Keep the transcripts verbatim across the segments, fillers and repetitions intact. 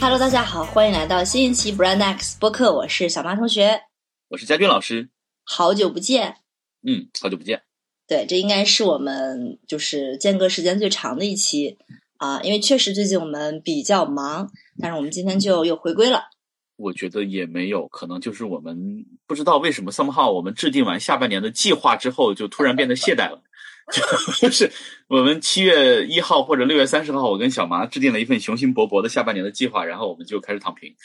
Hello， 大家好，欢迎来到新一期 Brand X 播客，我是小马同学， 我是佳军老师， 好久不见。 嗯，好久不见。 对，这应该是我们就是间隔时间最长的一期啊、呃，因为确实最近我们比较忙，但是我们今天就又回归了。 我觉得也没有，可能就是我们不知道为什么 somehow 我们制定完下半年的计划之后，就突然变得懈怠了。就是我们七月一号或者六月三十号，我跟小麻制定了一份雄心勃勃的下半年的计划，然后我们就开始躺平。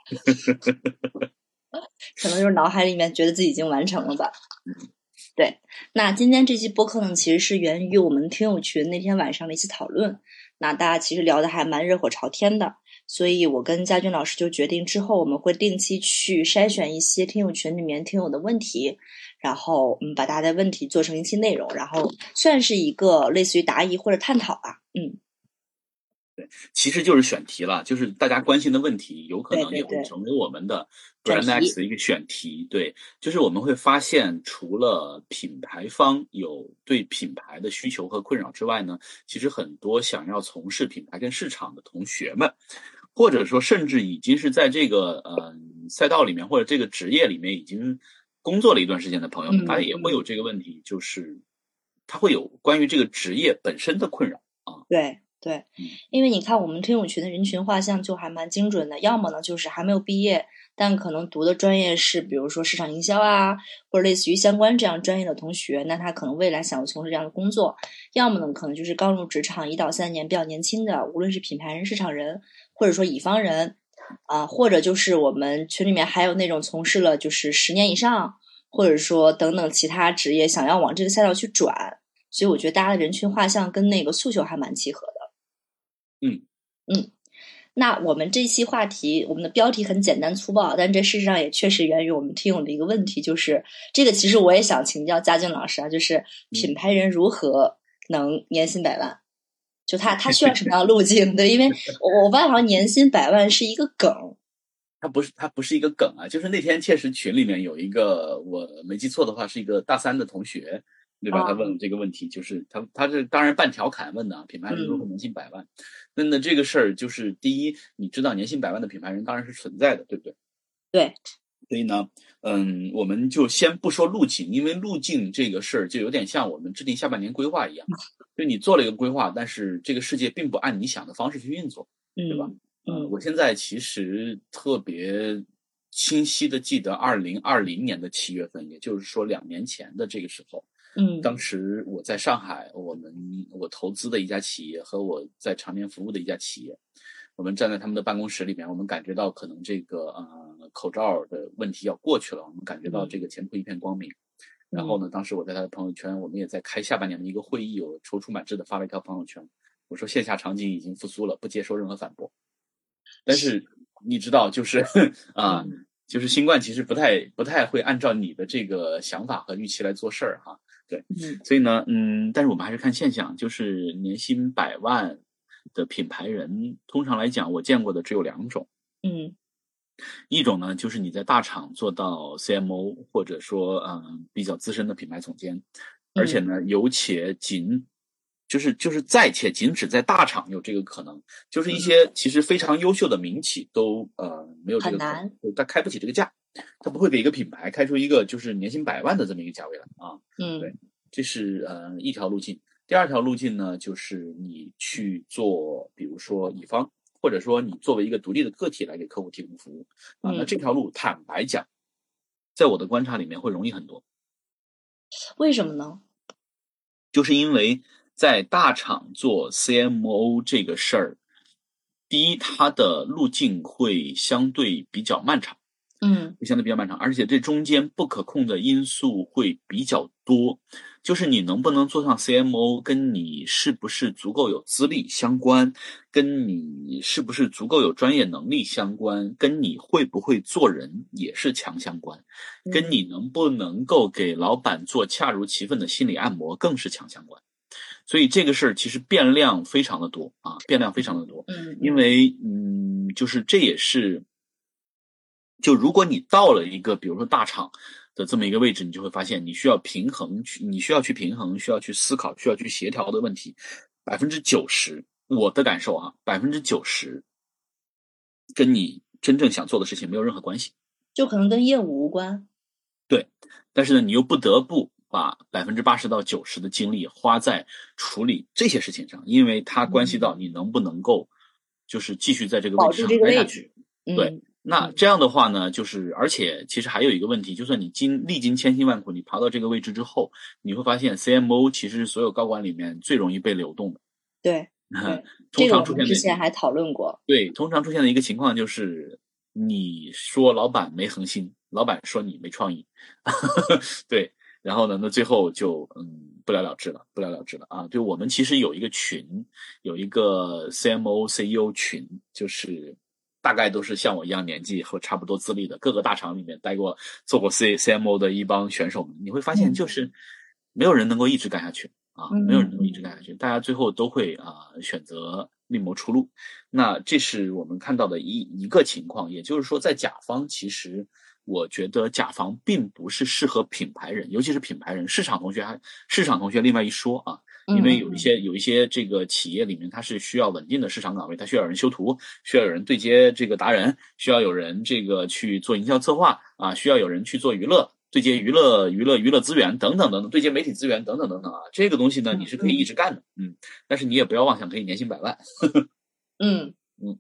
可能就是脑海里面觉得自己已经完成了吧。对，那今天这期播客呢，其实是源于我们听友群那天晚上的一次讨论。那大家其实聊得还蛮热火朝天的，所以我跟佳军老师就决定之后我们会定期去筛选一些听友群里面听友的问题，然后嗯把大家的问题做成一期内容，然后算是一个类似于答疑或者探讨吧。嗯， 对，其实就是选题了，就是大家关心的问题，有可能也会成为我们的 Brand X 的一个选题。对，就是我们会发现，除了品牌方有对品牌的需求和困扰之外呢，其实很多想要从事品牌跟市场的同学们，或者说甚至已经是在这个呃赛道里面或者这个职业里面已经工作了一段时间的朋友们， 嗯、 他也会有这个问题，就是他会有关于这个职业本身的困扰啊。 对。对，因为你看我们听友群的人群画像就还蛮精准的，要么呢就是还没有毕业，但可能读的专业是比如说市场营销啊，或者类似于相关这样专业的同学，那他可能未来想要从事这样的工作，要么呢可能就是刚入职场一到三年比较年轻的，无论是品牌人、市场人，或者说乙方人啊、呃，或者就是我们群里面还有那种从事了就是十年以上，或者说等等其他职业想要往这个赛道去转，所以我觉得大家的人群画像跟那个诉求还蛮契合的。 嗯嗯，那我们这期话题，我们的标题很简单粗暴，但这事实上也确实源于我们听友的一个问题，就是这个其实我也想请教佳俊老师啊，就是品牌人如何能年薪百万？就他他需要什么样的路径？对，因为我我发现好像年薪百万是一个梗。 它不是它不是一个梗啊，就是那天确实群里面有一个，我没记错的话是一个大三的同学，对吧？他问了这个问题，就是他他是当然半调侃问的，品牌人如何年薪百万？那那这个事儿就是第一，你知道年薪百万的品牌人当然是存在的，对不对？ 对。 所以呢，嗯，我们就先不说路径，因为路径这个事儿就有点像我们制定下半年规划一样，就你做了一个规划，但是这个世界并不按你想的方式去运作，对吧？ 嗯， 呃，我现在其实特别清晰的记得二零二零年的七月份，也就是说两年前的这个时候， 嗯， 当时我在上海，我们我投资的一家企业和我在常年服务的一家企业，我们站在他们的办公室里面，我们感觉到可能这个呃口罩的问题要过去了，我们感觉到这个前途一片光明。 嗯、 然后呢，当时我在他的朋友圈，我们也在开下半年的一个会议，我踌躇满志的发了一条朋友圈，我说线下场景已经复苏了，不接受任何反驳。但是你知道，就是啊、呃，就是新冠其实不太不太会按照你的这个想法和预期来做事儿哈。对，所以呢，嗯，但是我们还是看现象，就是年薪百万的品牌人，通常来讲，我见过的只有两种。 嗯， 一种呢，就是你在大厂做到 C M O， 或者说嗯、呃、比较资深的品牌总监，而且呢，有且仅就是就是在且仅只在大厂有这个可能，就是一些其实非常优秀的民企都呃没有这个可能，他开不起这个价，他不会给一个品牌开出一个就是年薪百万的这么一个价位来啊。 嗯， 对，这是呃一条路径。第二条路径呢，就是你去做，比如说乙方，或者说你作为一个独立的个体来给客户提供服务啊，那这条路坦白讲，在我的观察里面会容易很多。 为什么呢？ 就是因为在大厂做 C M O 这个事儿，第一，它的路径会相对比较漫长， 嗯， 会相对比较漫长，而且这中间不可控的因素会比较多。就是你能不能做上 C M O， 跟你是不是足够有资历相关，跟你是不是足够有专业能力相关，跟你会不会做人也是强相关，跟你能不能够给老板做恰如其分的心理按摩更是强相关。所以这个事儿其实变量非常的多啊，变量非常的多。 嗯， 因为嗯，就是这也是，就如果你到了一个比如说大厂的这么一个位置，你就会发现你需要平衡，你需要去平衡，需要去思考，需要去协调的问题，百分之九十，我的感受啊，百分之九十跟你真正想做的事情没有任何关系， 就可能跟业务无关。 对，但是呢，你又不得不把百分之八十到九十的精力花在处理这些事情上，因为它关系到你能不能够就是继续在这个位置上保住这个待下去。 位置。 对， 嗯， 那这样的话呢，就是而且其实还有一个问题，就算你经历经千辛万苦，你爬到这个位置之后，你会发现 C M O 其实是所有高管里面最容易被流动的。 对对， 通这个我们常出现的之前还讨论过。 对，通常出现的一个情况就是，你说老板没恒心，老板说你没创意，对，然后呢，那最后就嗯不了了之了，不了了之了啊！就我们其实有一个群，有一个 C M O C E O 群，就是大概都是像我一样年纪和差不多资历的，各个大厂里面待过、做过 C C M O 的一帮选手们，你会发现就是没有人能够一直干下去。啊，没有人能够一直干下去，大家最后都会啊选择另谋出路。那这是我们看到的一一个情况，也就是说，在甲方，其实我觉得甲方并不是适合品牌人，尤其是品牌人。市场同学还市场同学另外一说啊，因为有一些有一些这个企业里面，它是需要稳定的市场岗位，它需要有人修图，需要有人对接这个达人，需要有人这个去做营销策划啊，需要有人去做娱乐。对接娱乐、娱乐、娱乐资源等等等等，对接媒体资源等等等等啊，这个东西呢，你是可以一直干的，嗯，但是你也不要妄想可以年薪百万。 嗯嗯。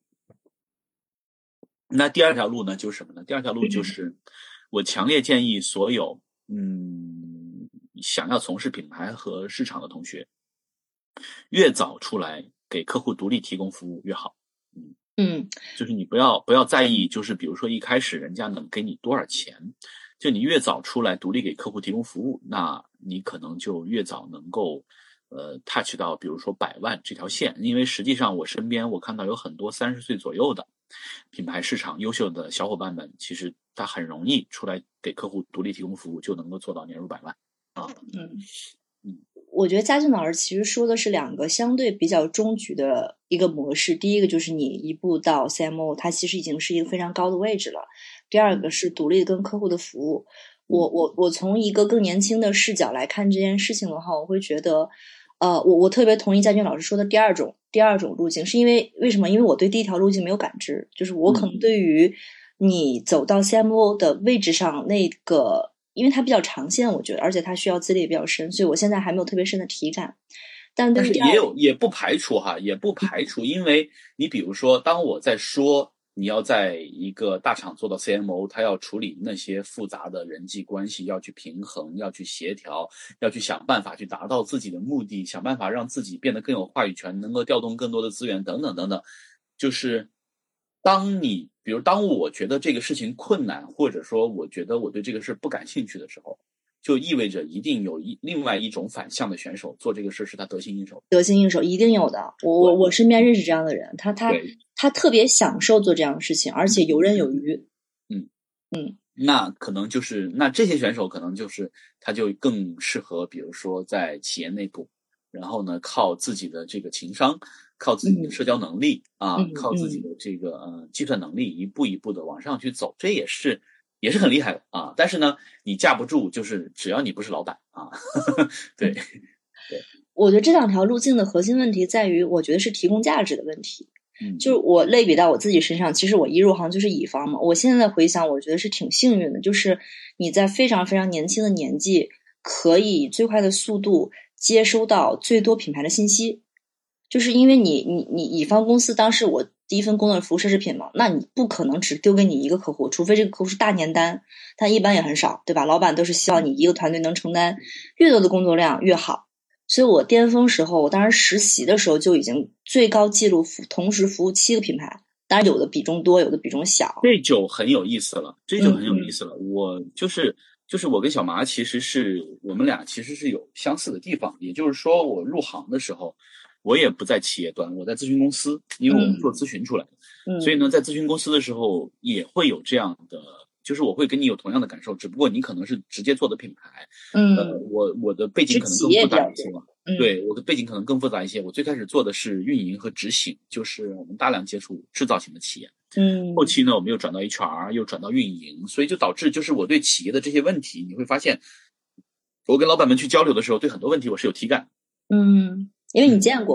那第二条路呢，就是什么呢？第二条路就是，我强烈建议所有嗯想要从事品牌和市场的同学，越早出来给客户独立提供服务越好。嗯嗯， 就是你不要不要在意，就是比如说一开始人家能给你多少钱。就你越早出来独立给客户提供服务，那你可能就越早能够呃 touch 到比如说百万这条线。因为实际上我身边我看到有很多三十岁左右的品牌市场优秀的小伙伴们，其实他很容易出来给客户独立提供服务，就能够做到年入百万啊。 嗯嗯， 我觉得嘉俊老师其实说的是两个相对比较中局的一个模式。第一个就是你一步到 C M O， 它其实已经是一个非常高的位置了。第二个是独立跟客户的服务。我我我从一个更年轻的视角来看这件事情的话，我会觉得，呃，我我特别同意嘉俊老师说的第二种第二种路径，是因为为什么？因为我对第一条路径没有感知，就是我可能对于你走到 C M O 的位置上那个，因为它比较长线，我觉得，而且它需要资历也比较深，所以我现在还没有特别深的体感。但对于第二， 但是也有也不排除哈，也不排除，因为你比如说，当我在说。你要在一个大厂做到 C M O， 他要处理那些复杂的人际关系，要去平衡，要去协调，要去想办法去达到自己的目的，想办法让自己变得更有话语权，能够调动更多的资源，等等等等。就是当你，比如当我觉得这个事情困难，或者说我觉得我对这个事不感兴趣的时候，就意味着一定有一另外一种反向的选手做这个事是他得心应手。 得心应手一定有的。我我我身边认识这样的人，他他他特别享受做这样的事情，而且游刃有余。 嗯嗯， 那可能就是那这些选手可能就是他就更适合，比如说在企业内部，然后呢靠自己的这个情商，靠自己的社交能力、嗯、啊、嗯，靠自己的这个呃计算能力，一步一步的往上去走，这也是也是很厉害的啊。但是呢，你架不住，就是只要你不是老板啊，对对。 我觉得这两条路径的核心问题在于，我觉得是提供价值的问题。 嗯， 就是我类比到我自己身上，其实我一入行就是乙方嘛。我现在回想，我觉得是挺幸运的，就是你在非常非常年轻的年纪，可以最快的速度接收到最多品牌的信息。就是因为你你你乙方公司当时我第一份工作是服务奢侈品嘛，那你不可能只丢给你一个客户，除非这个客户是大年单，但一般也很少，对吧？老板都是希望你一个团队能承担越多的工作量越好。所以我巅峰时候，我当时实习的时候就已经最高记录服同时服务七个品牌，当然有的比重多，有的比重小。 这就很有意思了，这就很有意思了。嗯、我就是就是我跟小麻其实是我们俩其实是有相似的地方，也就是说我入行的时候，我也不在企业端，我在咨询公司，因为我们做咨询出来的，嗯、所以呢，在咨询公司的时候也会有这样的。就是我会跟你有同样的感受，只不过你可能是直接做的品牌， 嗯， 呃，我我的背景可能更复杂一些嘛，嗯、对，我的背景可能更复杂一些。我最开始做的是运营和执行，就是我们大量接触制造型的企业， 嗯， 后期呢，我们又转到 H R， 又转到运营，所以就导致就是我对企业的这些问题，你会发现，我跟老板们去交流的时候，对很多问题我是有体感， 嗯，因为你见过。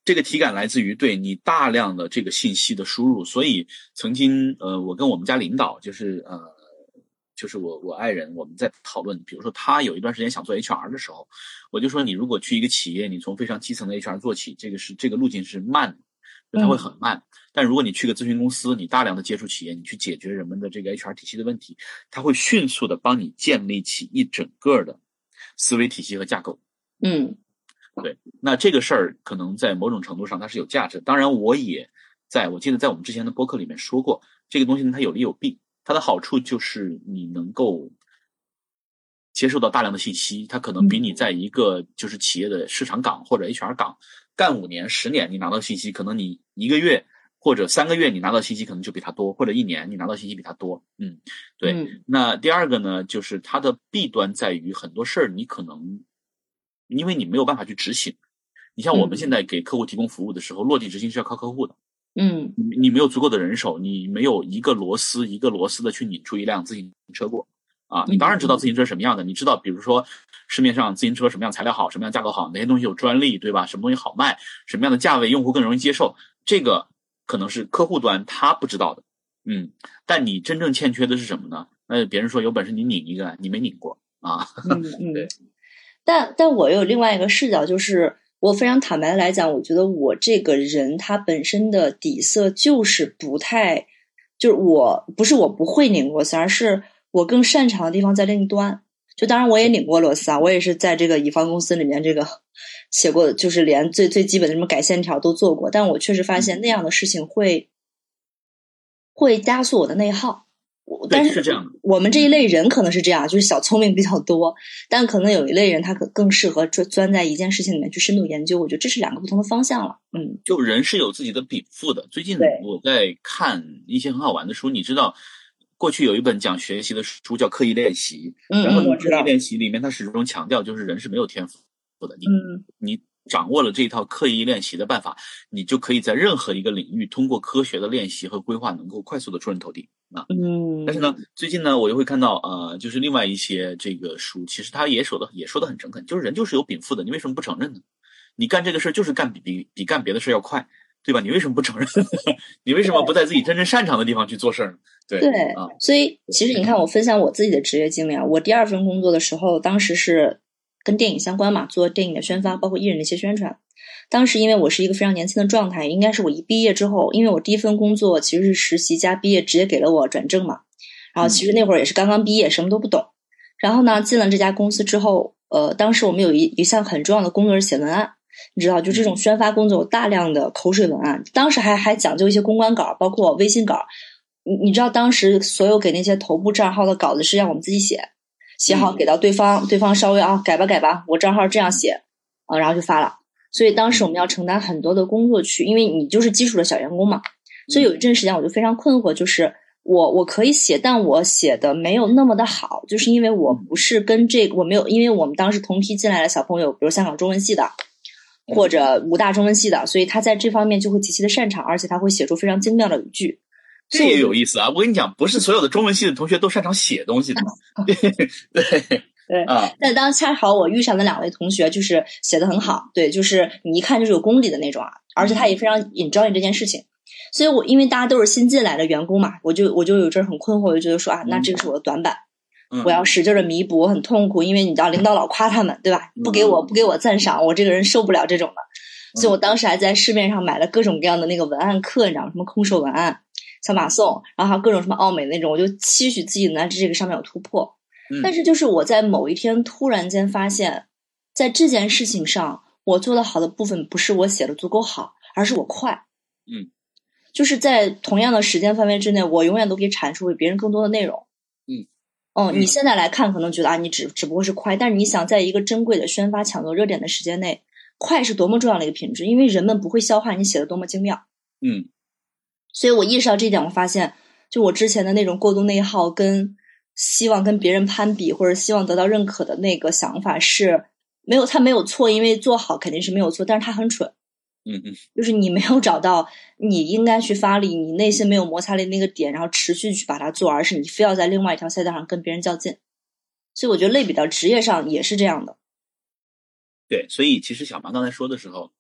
这个体感来自于对你大量的这个信息的输入，所以曾经呃，我跟我们家领导就是呃，就是我我爱人，我们在讨论，比如说他有一段时间想做 H R 的时候，我就说你如果去一个企业，你从非常基层的 H R 做起，这个是这个路径是慢的，它会很慢。嗯、但如果你去个咨询公司，你大量的接触企业，你去解决人们的这个 H R 体系的问题，它会迅速的帮你建立起一整个的思维体系和架构。 嗯。 对，那这个事儿可能在某种程度上它是有价值。当然，我也在我记得在我们之前的播客里面说过，这个东西呢它有利有弊。它的好处就是你能够接受到大量的信息，它可能比你在一个就是企业的市场岗或者 H R 岗干五年、十年，你拿到信息，可能你一个月或者三个月你拿到信息可能就比他多，或者一年你拿到信息比他多。嗯，对。嗯、那第二个呢，就是它的弊端在于很多事儿你可能。因为你没有办法去执行，你像我们现在给客户提供服务的时候，嗯、落地执行是要靠客户的。 嗯， 你你没有足够的人手，你没有一个螺丝一个螺丝的去拧出一辆自行车过啊！你当然知道自行车什么样的，你知道，比如说市面上自行车什么样材料好，什么样价格好，哪些东西有专利，对吧？什么东西好卖，什么样的价位用户更容易接受，这个可能是客户端他不知道的。嗯，但你真正欠缺的是什么呢？那别人说有本事你拧一个，你没拧过啊。 嗯嗯，对。但但我有另外一个视角，就是我非常坦白的来讲，我觉得我这个人他本身的底色就是不太，就是我不是我不会拧螺丝，而是我更擅长的地方在另一端。就当然我也拧过螺丝啊，我也是在这个乙方公司里面这个写过，就是连最最基本的什么改线条都做过。但我确实发现那样的事情会会加速我的内耗。但是这样的， 我们这一类人可能是这样，就是小聪明比较多，但可能有一类人他可更适合钻在一件事情里面去深度研究。我觉得这是两个不同的方向了。嗯， 就人是有自己的禀赋的。最近我在看一些很好玩的书，你知道，过去有一本讲学习的书叫《刻意练习》， 嗯， 然后呢，刻意练习里面他始终强调就是人是没有天赋的。你、 嗯、 你掌握了这一套刻意练习的办法，你就可以在任何一个领域通过科学的练习和规划，能够快速的出人头地啊。 嗯， 但是呢，最近呢，我又会看到呃，就是另外一些这个书，其实他也说的也说的很诚恳，就是人就是有禀赋的，你为什么不承认呢？你干这个事就是干比比比干别的事要快，对吧？你为什么不承认？你为什么不在自己真正擅长的地方去做事呢？对对啊， 所以其实你看，我分享我自己的职业经历啊，我第二份工作的时候，当时是跟电影相关嘛，做电影的宣发，包括艺人的一些宣传。当时因为我是一个非常年轻的状态，应该是我一毕业之后，因为我第一份工作其实是实习加毕业，直接给了我转正嘛。然后其实那会儿也是刚刚毕业，什么都不懂。然后呢，进了这家公司之后，呃，当时我们有一一项很重要的工作是写文案。你知道，就这种宣发工作有大量的口水文案，当时还还讲究一些公关稿，包括微信稿。你你知道，当时所有给那些头部账号的稿子是让我们自己写，写好给到对方，对方稍微啊改吧改吧，我账号这样写啊，然后就发了。所以当时我们要承担很多的工作去，因为你就是基础的小员工嘛。所以有一阵时间我就非常困惑，就是我我可以写，但我写的没有那么的好，就是因为我不是跟这个我没有，因为我们当时同批进来的小朋友，比如香港中文系的或者武大中文系的，所以他在这方面就会极其的擅长，而且他会写出非常精妙的语句。 这也有意思啊！我跟你讲，不是所有的中文系的同学都擅长写东西的。对对对啊！但当恰好我遇上的两位同学，就是写的很好，对，就是你一看就是有功底的那种啊，而且他也非常 enjoy 这件事情。所以我因为大家都是新进来的员工嘛，我就我就有阵很困惑，我就觉得说啊，那这个是我的短板，嗯、我要使劲的弥补，我很痛苦，因为你知道领导老夸他们，对吧？不给我不给我赞赏，我这个人受不了这种的。所以我当时还在市面上买了各种各样的那个文案课，你知道什么空手文案、小马送，然后还有各种什么奥美那种，我就期许自己能在这个上面有突破。嗯、但是就是我在某一天突然间发现，在这件事情上，我做的好的部分不是我写的足够好，而是我快。 嗯。 就是在同样的时间范围之内，我永远都可以阐述比别人更多的内容。 嗯， 哦，你现在来看可能觉得啊，你只只不过是快，但是你想在一个珍贵的宣发抢夺热点的时间内，快是多么重要的一个品质，因为人们不会消化你写的多么精妙。 嗯， 所以我意识到这一点，我发现就我之前的那种过度内耗跟希望跟别人攀比或者希望得到认可的那个想法是没有，它没有错，因为做好肯定是没有错，但是它很蠢。 嗯嗯， 就是你没有找到你应该去发力，你内心没有摩擦力那个点，然后持续去把它做，而是你非要在另外一条赛道上跟别人较劲。所以我觉得类比到职业上也是这样的。 对，所以其实小芒刚才说的时候，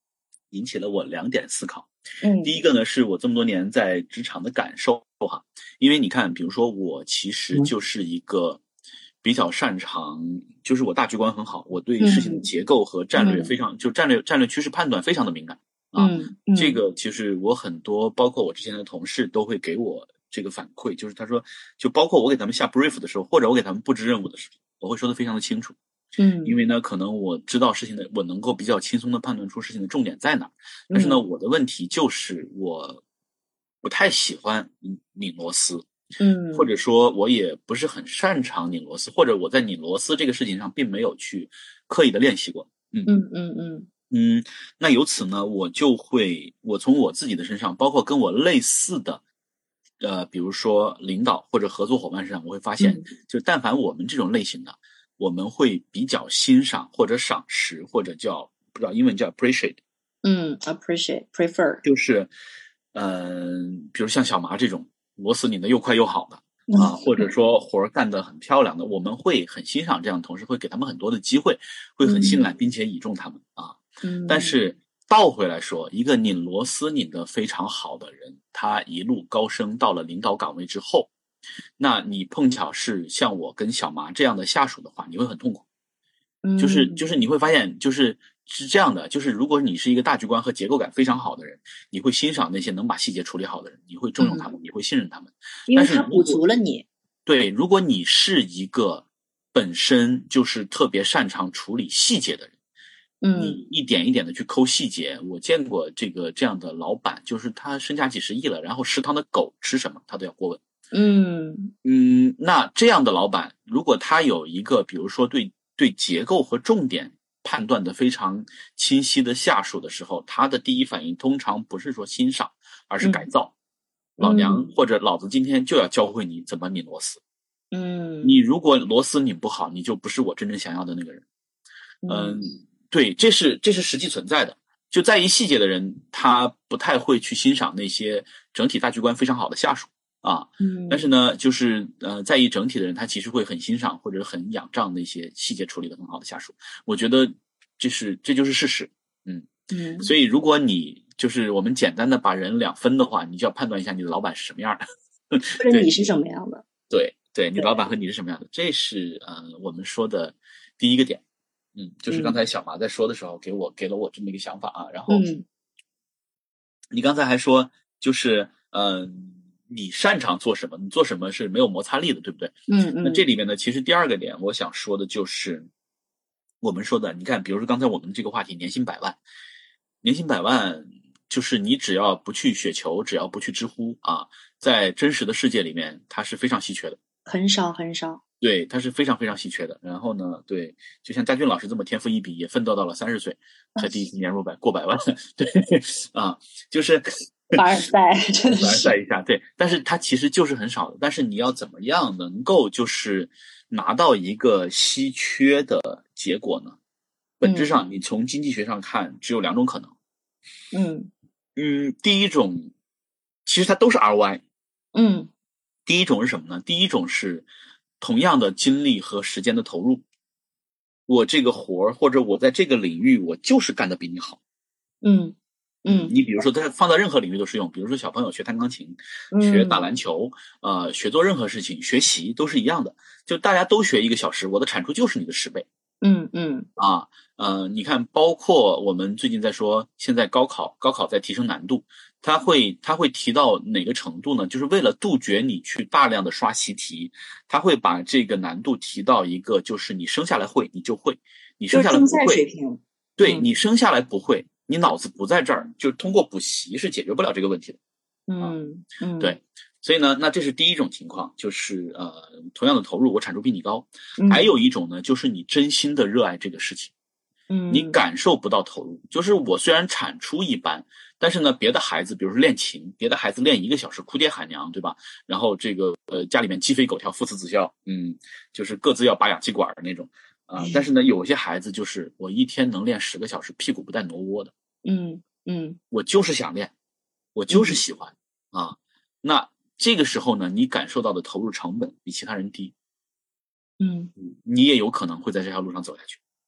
引起了我两点思考。 嗯第一个呢，是我这么多年在职场的感受哈，因为你看，比如说我其实就是一个比较擅长，就是我大局观很好，我对事情的嗯结构和战略嗯非常，就战略战略趋势判断非常的敏感啊。 嗯这嗯个其实我很多，包括我之前的同事都会给我这个反馈，就是他说，就包括我给他们下 brief 的时候，或者我给他们布置任务的时候，我会说的非常的清楚。因嗯为呢，可能我知道事情的，我能够比较轻松的判断出事情的重点在哪儿。但是呢， 嗯我的问题就是我不太喜欢拧拧螺丝，或嗯者说我也不是很擅长拧螺丝，或者我在拧螺丝这个事情上并没有去刻意的练习过。嗯嗯嗯嗯嗯，那由此呢，我就会，我从我自己的身上，包括跟我类似的，呃，比如说领导或者合作伙伴身上，我会发现， 嗯就但凡我们这种类型的，我们会比较欣赏或者赏识，或者叫不知道英文叫 appreciate， 嗯，appreciate prefer。 就是，嗯、比如像小麻这种螺丝拧的又快又好的啊，或者说活儿干得很漂亮的，我们会很欣赏这样的同事，会给他们很多的机会，会很信赖嗯并且倚重他们啊。但嗯是倒回来说，一个拧螺丝拧得非常好的人，他一路高升到了领导岗位之后，那你碰巧是像我跟小麻这样的下属的话，你会很痛苦。就是就嗯是你会发现，就是是这样的，就是如果你是一个大局观和结构感非常好的人，你会欣赏那些能把细节处理好的人，你会重用他们， 嗯， 你会信任他们。 因但为它补是如果足了你。 对，如果你是一个本身就是特别擅长处理细节的人， 嗯你一点一点的去抠细节，我见过这个这样的老板，就是他身价几十亿了，然后食堂的狗吃什么他都要过问。 嗯嗯，那这样的老板，如果他有一个，比如说对对结构和重点判断的非常清晰的下属的时候，他的第一反应通常不是说欣赏，而是改嗯造。老娘嗯或者老子今天就要教会你怎么拧螺丝。你嗯如果螺丝拧不好，你就不是我真正想要的那个人。嗯， 嗯对，这是这是实际存在的。就在意细节的人，他不太会去欣赏那些整体大局观非常好的下属啊。但是嗯呢，就是呃，在意整体的人，他其实会很欣赏或者很仰仗那些细节处理的很好的下属。我觉得这是这就是事实。嗯，所嗯， 以如果你就是我们简单的把人两分的话，你就要判断一下你的老板是什么样的。 或者你对是什么样的？ 对对，你的对， 老板和你是什么样的，这是呃我们说的第一个点。嗯，就是刚嗯才小麻在说的时候，给我给了我这么一个想法啊。然后嗯你刚才还说，就是嗯、呃你擅长做什么？你做什么是没有摩擦力的，对不对？ 嗯嗯那这里面呢，其实第二个点，我想说的就是我们说的，你看，比如说刚才我们这个话题，年薪百万，年薪百万，就是你只要不去雪球，只要不去知乎啊，在真实的世界里面，它是非常稀缺的。 很少很少。 对，它是非常非常稀缺的。然后呢，对，就像佳俊老师这么天赋异禀，也奋斗到了三十岁才第一次年入百过百万。对啊，就是凡尔赛真的凡尔是。 赛一下，对。但是它其实就是很少的。但是你要怎么样能够就是拿到一个稀缺的结果呢？本质嗯上，你从经济学上看，只有两种可能。 嗯嗯，第一种其实它都是 R O I。 嗯第一种是什么呢？第一种是同样的精力和时间的投入，我这个活儿或者我在这个领域，我就是干得比你好。 嗯嗯你比如说，它放在任何领域都适用。比如说，小朋友学弹钢琴、学打嗯篮球，呃，学做任何事情，学习都是一样的。就大家都学一个小时，我的产出就是你的十倍。 嗯嗯啊，呃，你看，包括我们最近在说，现在高考，高考在提升难度，它会它会提到哪个程度呢？就是为了杜绝你去大量的刷习题，它会把这个难度提到一个，就是你生下来会你就会，你生下来就是竞赛水不会， 平。 对嗯你生下来不会，你脑子不在这儿，就通过补习是解决不了这个问题的。 嗯嗯， 对，所以呢，那这是第一种情况，就是呃，同样的投入，我产出比你高。 嗯还有一种呢，就是你真心的热爱这个事情。你嗯感受不到投入，就是我虽然产出一般，但是呢，别的孩子，比如说练琴，别的孩子练一个小时哭爹喊娘，对吧？然后这个呃家里面鸡飞狗跳，父慈子孝，嗯，就是各自要拔氧气管的那种啊、但是呢，有些孩子就是我一天能练十个小时，屁股不带挪窝的， 嗯嗯我就是想练，我就是喜欢啊。那这个时候呢，你感受到的投入成本比其他人低， 嗯你也有可能会在这条路上走下去。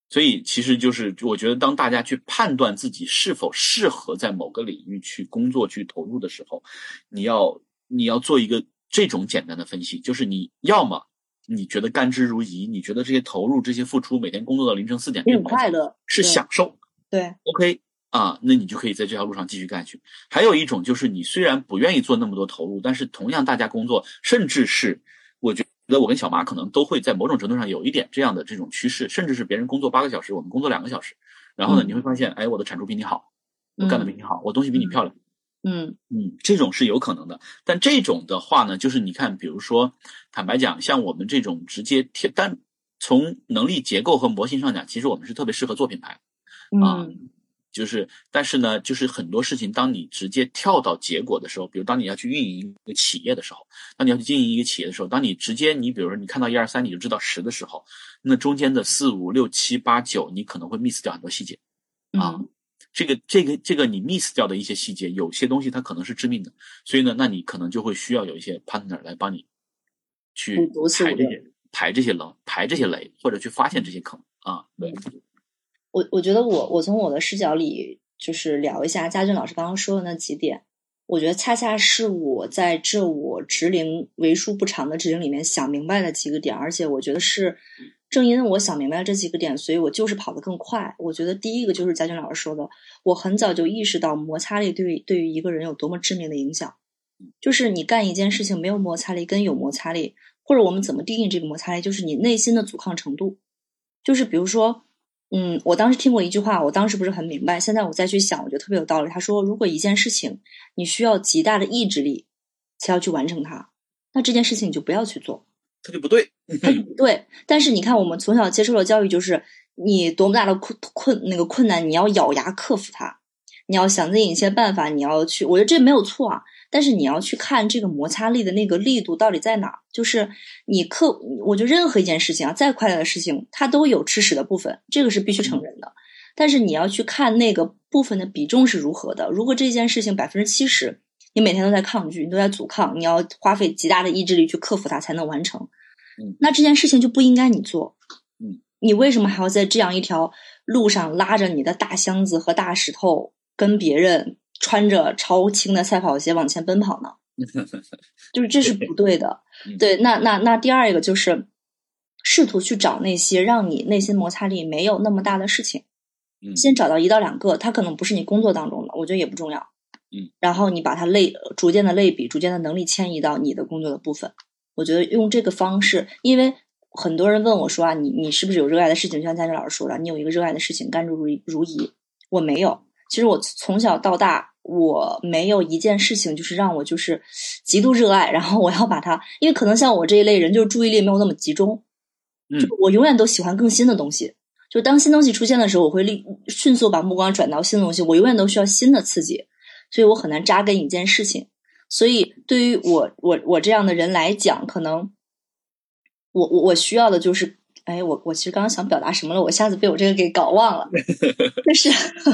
所以其实就是我觉得当大家去判断自己是否适合在某个领域去工作去投入的时候，你要你要做一个这种简单的分析，就是你要么你觉得甘之如饴，你觉得这些投入这些付出每天工作到凌晨四点也很快乐， 是享受， 对 OK 啊，那你就可以在这条路上继续干去。还有一种就是你虽然不愿意做那么多投入，但是同样大家工作，甚至是我觉得我跟小马可能都会在某种程度上有一点这样的这种趋势，甚至是别人工作八个小时，我们工作两个小时，然后呢， 嗯你会发现，哎，我的产出比你好，我干的比你好，我东西比你漂亮， 嗯嗯，这种是有可能的。但这种的话呢，就是你看，比如说，坦白讲，像我们这种直接贴，但从能力结构和模型上讲，其实我们是特别适合做品牌啊。 嗯就是，但是呢，就是很多事情，当你直接跳到结果的时候，比如当你要去运营一个企业的时候，当你要去经营一个企业的时候，当你直接你比如说你看到一二三你就知道十的时候，那中间的四五六七八九你可能会 miss 掉很多细节啊。 嗯这个这个这个你 miss 掉的一些细节，有些东西它可能是致命的，所以呢，那你可能就会需要有一些 partner 来帮你去排这些排这些棱排这些雷，或者去发现这些坑啊。对。 我我觉得我我从我的视角里就是聊一下佳俊老师刚刚说的那几点，我觉得恰恰是我在这我职龄为数不长的职龄里面想明白的几个点，而且我觉得是正因为我想明白了这几个点，所以我就是跑得更快。我觉得第一个就是佳俊老师说的，我很早就意识到摩擦力对于对于一个人有多么致命的影响，就是你干一件事情没有摩擦力跟有摩擦力，或者我们怎么定义这个摩擦力，就是你内心的阻抗程度。就是比如说嗯，我当时听过一句话，我当时不是很明白，现在我再去想，我觉得特别有道理。他说，如果一件事情你需要极大的意志力才要去完成它，那这件事情你就不要去做， 它就不对， 它就不对。但是你看，我们从小接受的教育就是，你多么大的困困那个困难，你要咬牙克服它，你要想尽一切办法，你要去，我觉得这没有错啊。但是你要去看这个摩擦力的那个力度到底在哪，就是你克，我觉得任何一件事情啊，再快乐的事情，它都有吃屎的部分，这个是必须承认的。但是你要去看那个部分的比重是如何的。如果这件事情百分之七十，你每天都在抗拒，你都在阻抗，你要花费极大的意志力去克服它才能完成，那这件事情就不应该你做。你为什么还要在这样一条路上拉着你的大箱子和大石头，跟别人穿着超轻的赛跑鞋往前奔跑呢？就是这是不对的。对，那那那第二一个就是试图去找那些让你内心摩擦力没有那么大的事情，先找到一到两个，它可能不是你工作当中的，我觉得也不重要。 嗯， 然后你把它类逐渐的类比，逐渐的能力迁移到你的工作的部分。我觉得用这个方式，因为很多人问我说啊，你你是不是有热爱的事情？就像佳俊老师说了，你有一个热爱的事情，甘之如如饴。我没有，其实我从小到大，我没有一件事情就是让我就是极度热爱，然后我要把它，因为可能像我这一类人，就是注意力没有那么集中，就我永远都喜欢更新的东西。就当新东西出现的时候，我会立迅速把目光转到新的东西，我永远都需要新的刺激，所以我很难扎根一件事情。所以对于我我我这样的人来讲，可能我我我需要的就是，哎，我我其实刚刚想表达什么了，我一下子被我这个给搞忘了，就是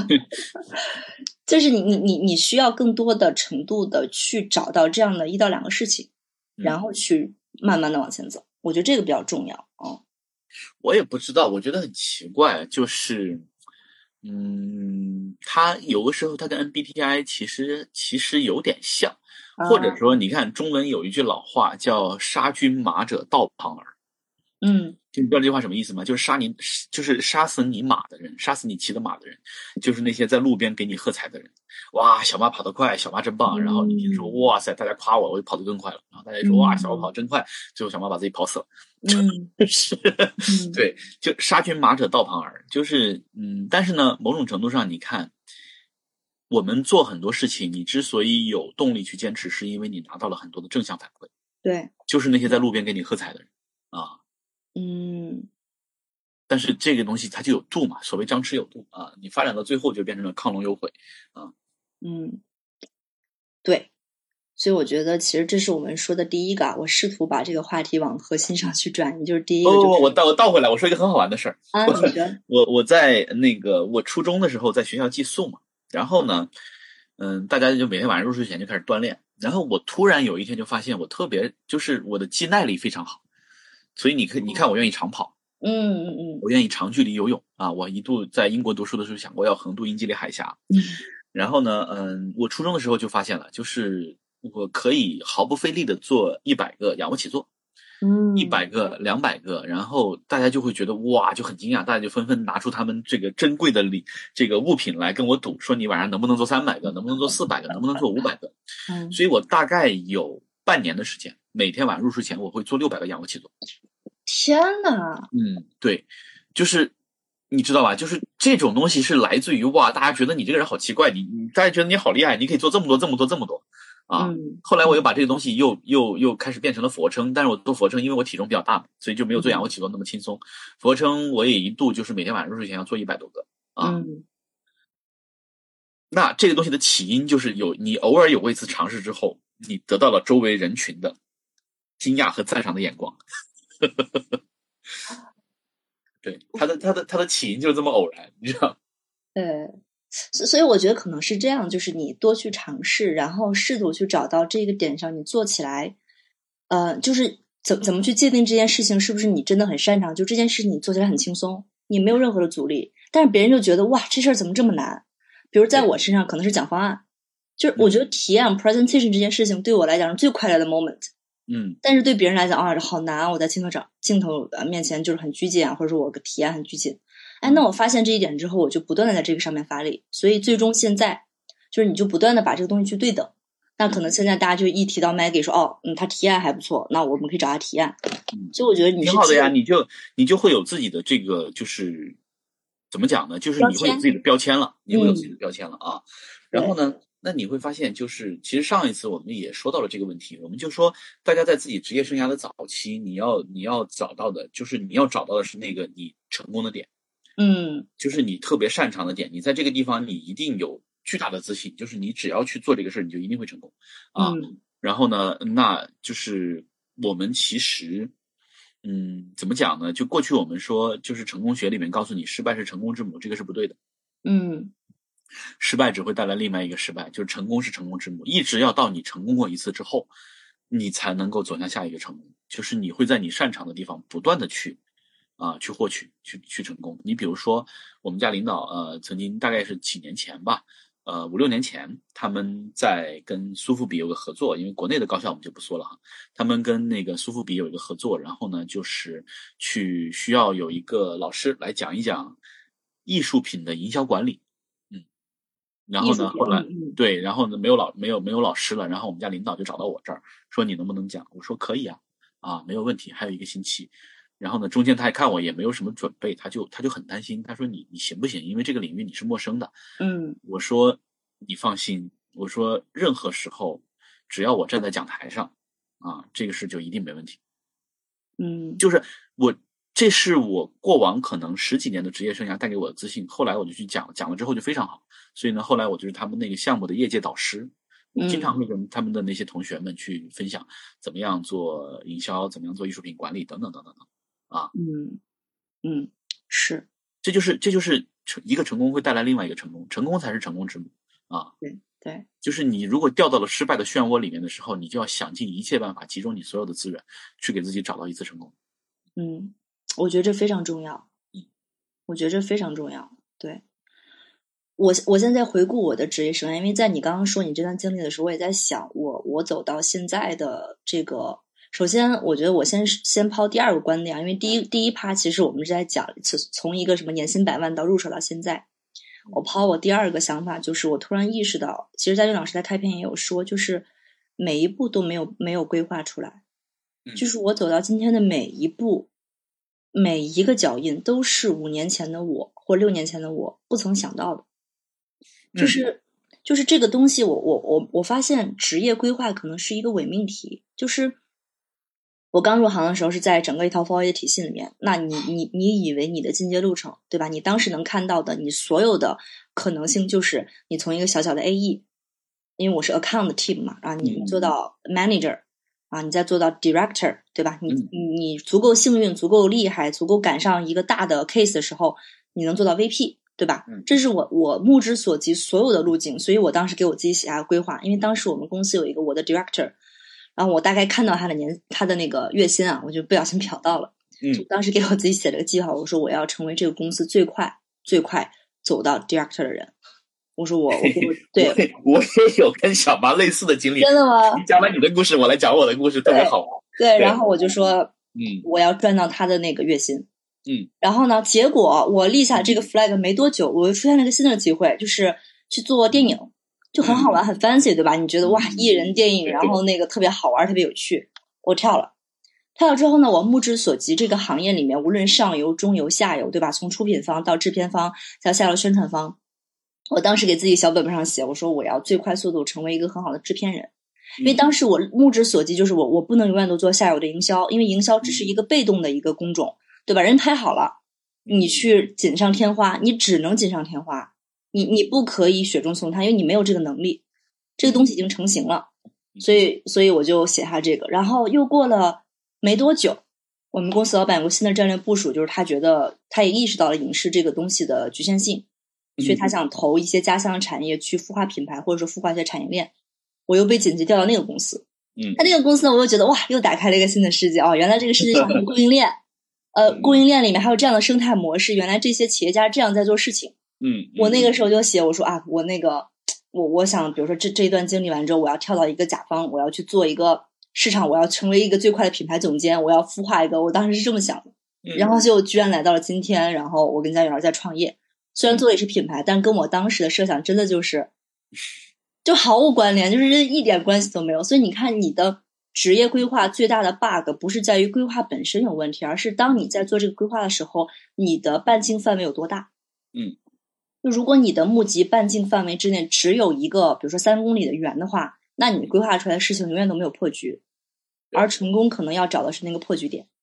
就是你你你你需要更多的程度的去找到这样的一到两个事情，然后去慢慢的往前走，我觉得这个比较重要。哦， 我也不知道，我觉得很奇怪，就是嗯，它有的时候它跟 M B T I 其实其实有点像，或者说你看中文有一句老话叫杀君马者道旁儿。 嗯， 就你知道这句话什么意思吗？就是杀你，就是杀死你马的人，杀死你骑的马的人，就是那些在路边给你喝彩的人。哇，小马跑得快，小马真棒。然后你听说，哇塞，大家夸我，我就跑得更快了。然后大家说，哇，小马跑真快。最后小马把自己跑死了。 嗯， 是，对，就杀君马者道旁儿，就是嗯，但是呢，某种程度上，你看，我们做很多事情，你之所以有动力去坚持，是因为你拿到了很多的正向反馈。 对， 就是那些在路边给你喝彩的人啊。 嗯， 但是这个东西它就有度嘛，所谓张弛有度啊，你发展到最后就变成了亢龙有悔啊。 嗯，对，所以我觉得其实这是我们说的第一个，我试图把这个话题往核心上去转移，就是第一个、就是。 哦，我倒我倒回来，我说一个很好玩的事儿啊，你说， 我我在那个我初中的时候在学校寄宿嘛，然后呢，嗯，大家就每天晚上入睡前就开始锻炼，然后我突然有一天就发现我特别就是我的肌耐力非常好，所以你可你看我愿意长跑。 嗯嗯嗯我愿意长距离游泳啊。我一度在英国读书的时候想过要横渡英吉利海峡。 嗯然后呢，嗯，我初中的时候就发现了，就是我可以毫不费力的做一百个仰卧起坐，一嗯百个、两百个，然后大家就会觉得哇，就很惊讶，大家就纷纷拿出他们这个珍贵的礼这个物品来跟我赌，说你晚上能不能做三百个，能不能做四百个，能不能做五百个。 嗯， 所以我大概有半年的时间，每天晚上入睡前我会做六百个仰卧起坐。 天呐， 嗯，对，就是你知道吧？就是这种东西是来自于哇，大家觉得你这个人好奇怪，你你大家觉得你好厉害，你可以做这么多这么多这么多啊。 嗯后来我又把这个东西又又又开始变成了俯卧撑，但是我做俯卧撑，因为我体重比较大嘛，所以就没有做仰卧起坐那么轻松。俯卧撑我也一度就是每天晚上入睡前要做一百多个啊。 嗯那这个东西的起因就是有你偶尔有过一次尝试之后，你得到了周围人群的惊讶和赞赏的眼光。对，它的它的它的起因就是这么偶然，你知道？ 对，所所以我觉得可能是这样，就是你多去尝试，然后试图去找到这个点上，你做起来，呃，就是怎怎么去界定这件事情是不是你真的很擅长，就这件事情你做起来很轻松，你没有任何的阻力，但是别人就觉得哇，这事儿怎么这么难？比如在我身上可能是讲方案，就是我觉得体验 presentation 这件事情对我来讲是最快乐的 moment。 嗯， 但是对别人来讲啊，好难啊！我在镜头长镜头面前就是很拘谨啊，或者说我的体验很拘谨。哎，那我发现这一点之后，我就不断的在这个上面发力，所以最终现在就是你就不断的把这个东西去对等。那可能现在大家就一提到 Maggie 说哦，嗯，他体验还不错，那我们可以找他体验。所以我觉得你是挺好的呀，你就你就会有自己的这个就是怎么讲呢？就是你会有自己的标签了，你会有自己的标签了啊。然后呢，那你会发现，就是其实上一次我们也说到了这个问题，我们就说大家在自己职业生涯的早期，你要你要找到的，就是你要找到的是那个你成功的点， 嗯， 就是你特别擅长的点，你在这个地方你一定有巨大的自信，就是你只要去做这个事儿，你就一定会成功啊。 嗯然后呢，那就是我们其实。嗯，怎么讲呢？就过去我们说，就是成功学里面告诉你，失败是成功之母，这个是不对的。 嗯失败只会带来另外一个失败，就是成功是成功之母，一直要到你成功过一次之后，你才能够走向下一个成功。就是你会在你擅长的地方不断的去啊、去获取，去去成功。你比如说，我们家领导呃，曾经大概是几年前吧，呃五六年前，他们在跟苏富比有个合作，因为国内的高校我们就不说了哈。他们跟那个苏富比有一个合作，然后呢，就是去需要有一个老师来讲一讲艺术品的营销管理。嗯，然后呢， 艺术品， 后来嗯嗯对，然后呢没有老没有没有老师了，然后我们家领导就找到我这儿说你能不能讲？我说可以啊，啊没有问题，还有一个星期。然后呢，中间他还看我也没有什么准备，他就他就很担心，他说你你行不行？因为这个领域你是陌生的。 嗯我说你放心，我说任何时候只要我站在讲台上啊，这个事就一定没问题。 嗯就是我，这是我过往可能十几年的职业生涯带给我的自信。后来我就去讲，讲了之后就非常好。所以呢，后来我就是他们那个项目的业界导师，我经常会跟他们的那些同学们去分享怎么样做营销，怎么样做艺术品管理等等等等等啊。 嗯嗯，是， 这就是这就是成一个成功会带来另外一个成功，成功才是成功之母啊。 对对， 就是你如果掉到了失败的漩涡里面的时候，你就要想尽一切办法，集中你所有的资源，去给自己找到一次成功。 嗯，我觉得这非常重要， 嗯， 我觉得这非常重要，对。我我现在回顾我的职业生涯，因为在你刚刚说你这段经历的时候，我也在想我我走到现在的这个。首先，我觉得我先先抛第二个观点，因为第一第一趴其实我们是在讲从一个什么年薪百万到入手到现在。我抛我第二个想法，就是我突然意识到，其实佳俊老师在开篇也有说，就是每一步都没有没有规划出来，就是我走到今天的每一步，每一个脚印都是五年前的我或六年前的我不曾想到的。就是就是这个东西我，我我我我发现职业规划可能是一个伪命题。就是我刚入行的时候是在整个一套 four A 体系里面，那你你你以为你的进阶路程，对吧？你当时能看到的，你所有的可能性就是你从一个小小的 A E， 因为我是 account team 嘛，啊，你做到 manager， 啊，你再做到 director， 对吧？你你足够幸运，足够厉害，足够赶上一个大的 case 的时候，你能做到 V P。对吧？这是我我目之所及所有的路径，所以我当时给我自己写下规划。因为当时我们公司有一个我的 director， 然后我大概看到他的年他的那个月薪啊，我就不小心瞟到了。 就当时给我自己写了个计划，我说我要成为这个公司最快最快走到 director 的人。我说我我对我也有跟小麻类似的经历。 真的吗？ 你讲完你的故事，我来讲我的故事，特别好玩。 对，对然后我就说， 嗯， 我要赚到他的那个月薪。 嗯， 然后呢，结果我立下这个 flag 没多久，我又出现了一个新的机会，就是去做电影，就很好玩，很 fancy， 对吧？你觉得哇，艺人电影，然后那个特别好玩，特别有趣，我跳了。跳了之后呢，我目之所及，这个行业里面无论上游、中游、下游，对吧？从出品方到制片方，到下游宣传方，我当时给自己小本本上写，我说我要最快速度成为一个很好的制片人。因为当时我目之所及就是我我不能永远都做下游的营销，因为营销只是一个被动的一个工种，对吧？人拍好了，你去锦上添花，你只能锦上添花，你你不可以雪中送炭，因为你没有这个能力，这个东西已经成型了，所以所以我就写下这个。然后又过了没多久，我们公司老板有个新的战略部署，就是他觉得他也意识到了影视这个东西的局限性，所以他想投一些家乡产业去孵化品牌，或者说孵化一些产业链。我又被紧急调到那个公司， 嗯， 他那个公司呢，我又觉得哇，又打开了一个新的世界哦，原来这个世界上有供应链，呃，供应链里面还有这样的生态模式，原来这些企业家这样在做事情。 嗯， 我那个时候就写，我说啊，我那个我我想，比如说这这一段经历完之后，我要跳到一个甲方，我要去做一个市场，我要成为一个最快的品牌总监，我要孵化一个，我当时是这么想的。然后就居然来到了今天，然后我跟佳媛在创业，虽然做的也是品牌，但跟我当时的设想真的就是就毫无关联，就是一点关系都没有。所以你看，你的职业规划最大的 bug 不是在于规划本身有问题，而是当你在做这个规划的时候，你的半径范围有多大。 嗯， 就如果你的目的半径范围之内只有一个，比如说三公里的圆的话，那你规划出来的事情永远都没有破局，而成功可能要找的是那个破局点。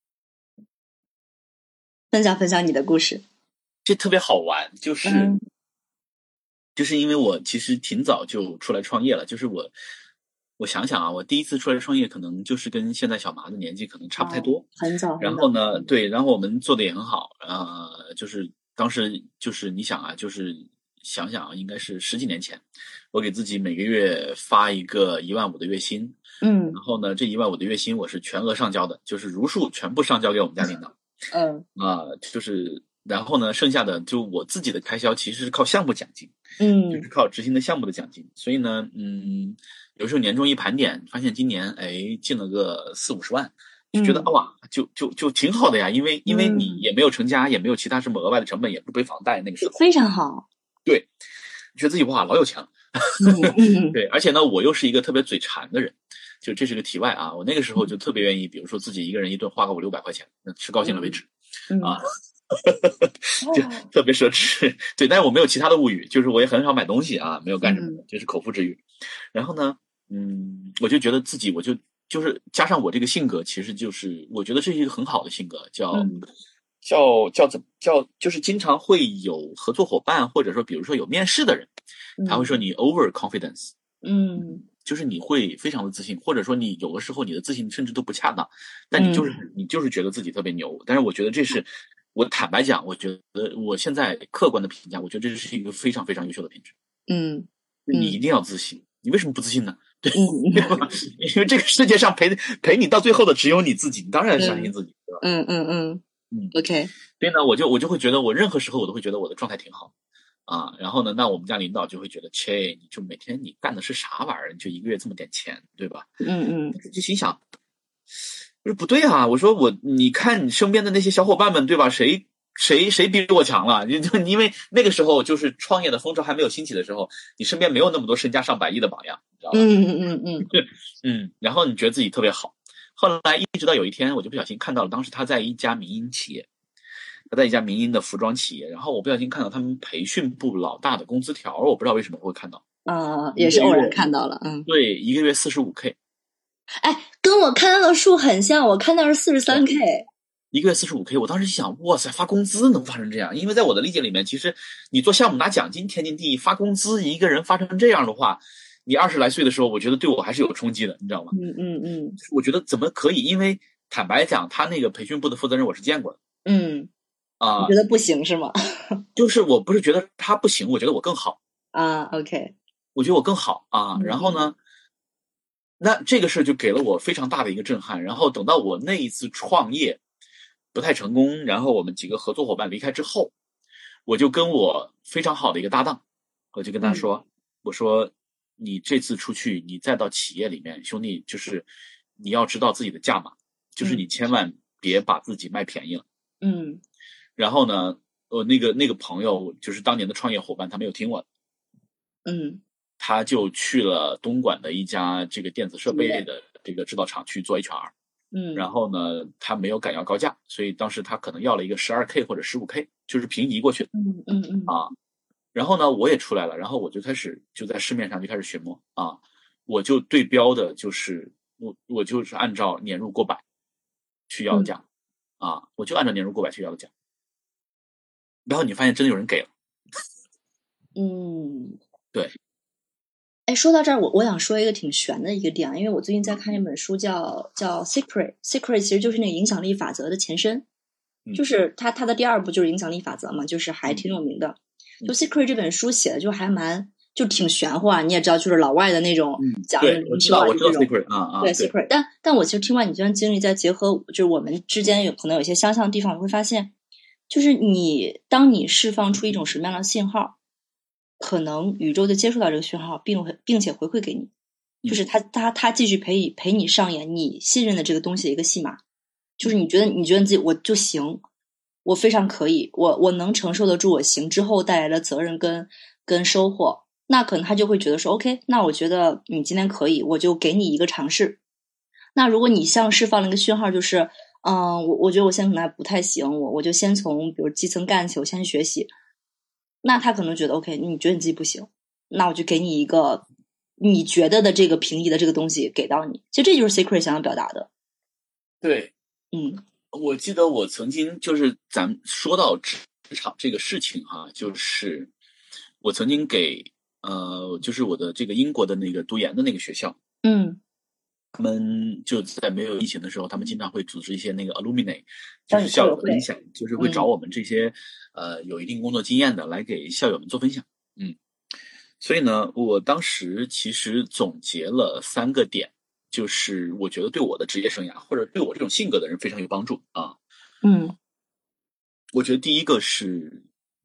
分享分享你的故事， 这特别好玩，就是。嗯就是因为我其实挺早就出来创业了，就是我，我想想啊，我第一次出来创业可能就是跟现在小麻的年纪可能差不太多， 哦、很早。 然后呢，对，然后我们做的也很好，呃，就是当时就是你想啊，就是想想啊，应该是十几年前，我给自己每个月发一个一万五的月薪， 嗯， 然后呢，这一万五的月薪我是全额上交的，就是如数全部上交给我们家领导， 嗯啊、呃，就是。然后呢，剩下的就我自己的开销其实是靠项目奖金， 嗯， 就是靠执行的项目的奖金。所以呢，嗯，有时候年终一盘点，发现今年哎进了个四五十万，就觉得、嗯、哇，就就就挺好的呀，因为因为你也没有成家，也没有其他什么额外的成本，也不背房贷，那个时候非常好。 对，觉得自己哇老有钱了。 嗯对，而且呢，我又是一个特别嘴馋的人，就这是个题外啊。我那个时候就特别愿意，比如说自己一个人一顿花个五六百块钱，吃高兴了为止、 嗯、 啊。就特别奢侈，对，但是我没有其他的物欲，就是我也很少买东西啊，没有干什么的，就是口腹之欲。然后呢，嗯，我就觉得自己，我就就是加上我这个性格，其实就是我觉得这是一个很好的性格，叫、嗯、叫叫怎么叫，就是经常会有合作伙伴，或者说比如说有面试的人，他会说你 over confidence， 嗯， 就是你会非常的自信，或者说你有的时候你的自信甚至都不恰当，但你就是、嗯、你就是觉得自己特别牛。但是我觉得这是。我坦白讲，我觉得我现在客观的评价，我觉得这是一个非常非常优秀的品质。 嗯， 你一定要自信。你为什么不自信呢？对，对吧？因为这个世界上陪陪你到最后的只有你自己，你当然相信自己，对吧？ 嗯嗯嗯嗯 ，OK。 所以呢，我就我就会觉得，我任何时候我都会觉得我的状态挺好啊。然后呢，那我们家领导就会觉得，切，你就每天你干的是啥玩意儿？你就一个月这么点钱，对吧？ 嗯嗯， 就心想。我说不对啊！我说我，你看你身边的那些小伙伴们，对吧？谁谁谁比我强了？就就因为那个时候就是创业的风潮还没有兴起的时候，你身边没有那么多身家上百亿的榜样，你知道吧？ 嗯嗯嗯嗯嗯。然后你觉得自己特别好，后来一直到有一天，我就不小心看到了，当时他在一家民营企业，他在一家民营的服装企业，然后我不小心看到他们培训部老大的工资条，我不知道为什么会看到。 啊、呃，也是偶然看到了，嗯， 对，一个月四十五 K。 哎，跟我看到的数很像，我看到是四十三 K， 一个月四十五 K， 我当时想，哇塞，发工资能发成这样？因为在我的理解里面，其实你做项目拿奖金天经地义，发工资一个人发成这样的话，你二十来岁的时候，我觉得对我还是有冲击的，你知道吗？ 嗯嗯嗯， 我觉得怎么可以？因为坦白讲，他那个培训部的负责人我是见过的， 嗯啊、呃， 你觉得不行是吗？ 就是我不是觉得他不行，我觉得我更好啊 ，OK， 我觉得我更好啊，然后呢？那这个事就给了我非常大的一个震撼。然后等到我那一次创业， 不太成功，然后我们几个合作伙伴离开之后，我就跟我非常好的一个搭档，我就跟他说，嗯、我说你这次出去，你再到企业里面，兄弟，就是你要知道自己的价码，就是你千万别把自己卖便宜了。 嗯。 然后呢，我那个那个朋友就是当年的创业伙伴，他没有听我的。 嗯。 他就去了东莞的一家这个电子设备的这个制造厂去做 H R。 嗯。 然后呢，他没有敢要高价，所以当时他可能要了一个 十二K 或者 十五K， 就是平移过去的。 嗯嗯嗯。 啊，然后呢，我也出来了，然后我就开始就在市面上就开始寻摸啊，我就对标的就是我我就是按照年入过百去要价、嗯、啊，我就按照年入过百去要的价，然后你发现真的有人给了。 嗯， 对。 哎，说到这儿，我我想说一个挺悬的一个点，因为我最近在看一本书叫叫 Secret，Secret 其实就是那个影响力法则的前身， 嗯、 就是它它的第二部就是影响力法则嘛，就是还挺有名的。 嗯、 就 Secret 这本书写的就还蛮就挺玄乎啊，你也知道，就是老外的那种讲的灵修啊，我知道 Secret 啊啊， 对 Secret， 但但我其实听完你这段经历，再结合就是我们之间有可能有些相像的地方，你会发现，就是你当你释放出一种什么样的信号。可能宇宙就接触到这个讯号，并并且回馈给你，就是他他他继续陪陪你上演你信任的这个东西的一个戏码，就是你觉得你觉得自己我就行，我非常可以，我我能承受得住我行之后带来的责任跟跟收获，那可能他就会觉得说 OK， 那我觉得你今天可以，我就给你一个尝试。那如果你像释放了一个讯号，就是嗯，我我觉得我现在可能还不太行，我我就先从比如基层干起，我先去学习。那他可能觉得 OK， 你觉得你自己不行，那我就给你一个你觉得的这个平移的这个东西给到你。其实这就是 Secret 想要表达的。 对， 嗯， 我记得我曾经就是咱们说到职场这个事情哈、啊，就是我曾经给呃，就是我的这个英国的那个读研的那个学校， 嗯， 他们就在没有疫情的时候，他们经常会组织一些那个 alumni， 就是校友的分享，就是会找我们这些、嗯、呃有一定工作经验的来给校友们做分享。嗯，所以呢，我当时其实总结了三个点，就是我觉得对我的职业生涯或者对我这种性格的人非常有帮助啊。 嗯， 我觉得第一个是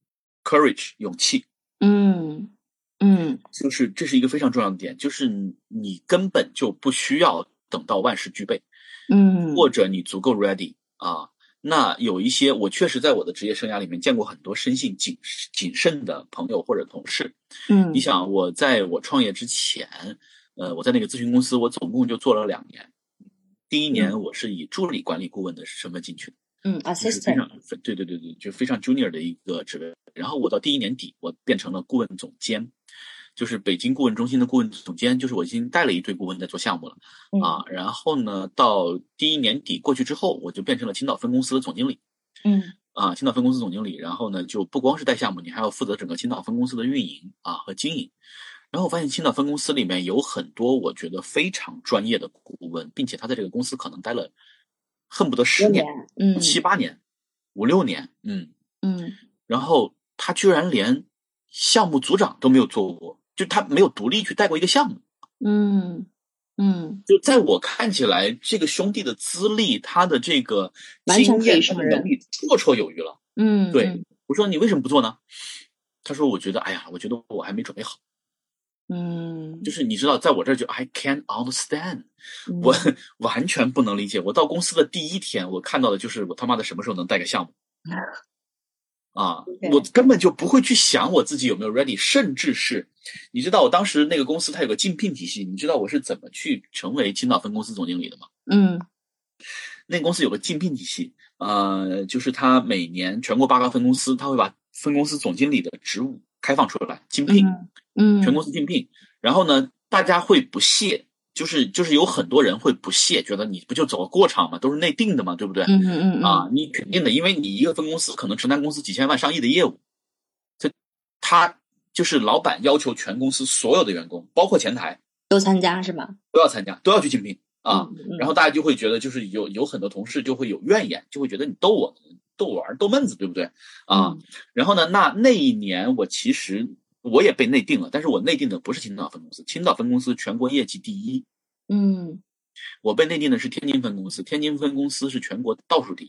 courage 勇气。 嗯嗯， 就是这是一个非常重要的点，就是你根本就不需要等到万事俱备， 嗯， 或者你足够 ready 啊。那有一些我确实在我的职业生涯里面见过很多生性谨谨慎的朋友或者同事。 嗯， 你想我在我创业之前，呃，我在那个咨询公司，我总共就做了两年。第一年我是以助理管理顾问的身份进去的， 嗯 ，assistant， 对对对对，就非常 junior 的一个职位。然后我到第一年底，我变成了顾问总监。就是北京顾问中心的顾问总监，就是我已经带了一堆顾问在做项目了、 嗯、 啊。然后呢，到第一年底过去之后，我就变成了青岛分公司的总经理。 嗯， 啊，青岛分公司总经理。然后呢，就不光是带项目，你还要负责整个青岛分公司的运营啊和经营。然后我发现青岛分公司里面有很多我觉得非常专业的顾问，并且他在这个公司可能待了恨不得十年、 嗯， 七八年、五六年，嗯嗯。 然后他居然连项目组长都没有做过。就他没有独立去带过一个项目， 嗯嗯， 就在我看起来，这个兄弟的资历、他的这个经验、他的能力绰绰有余了。 嗯， 对，我说你为什么不做呢？他说我觉得，哎呀，我觉得我还没准备好。 嗯， 就是你知道，在我这儿就 I can't understand，、嗯、我完全不能理解。我到公司的第一天，我看到的就是我他妈的什么时候能带个项目。啊， okay. 我根本就不会去想我自己有没有 ready， 甚至是，你知道我当时那个公司它有个竞聘体系，你知道我是怎么去成为青岛分公司总经理的吗？ 嗯， 那个公司有个竞聘体系，呃，就是他每年全国八个分公司，他会把分公司总经理的职务开放出来，竞聘， 嗯， 全公司竞聘，然后呢，大家会不屑。就是就是有很多人会不屑，觉得你不就走个过场嘛，都是内定的嘛，对不对？ 嗯嗯嗯啊，你肯定的，因为你一个分公司可能承担公司几千万上亿的业务，这他就是老板要求全公司所有的员工，包括前台都参加是吧？ 都要参加，都要去竞聘啊、 嗯嗯。 然后大家就会觉得，就是有有很多同事就会有怨言，就会觉得你逗我逗我玩逗闷子，对不对？啊、 嗯， 然后呢，那那一年我其实。我也被内定了，但是我内定的不是青岛分公司，青岛分公司全国业绩第一。 嗯， 我被内定的是天津分公司，天津分公司是全国倒数第一。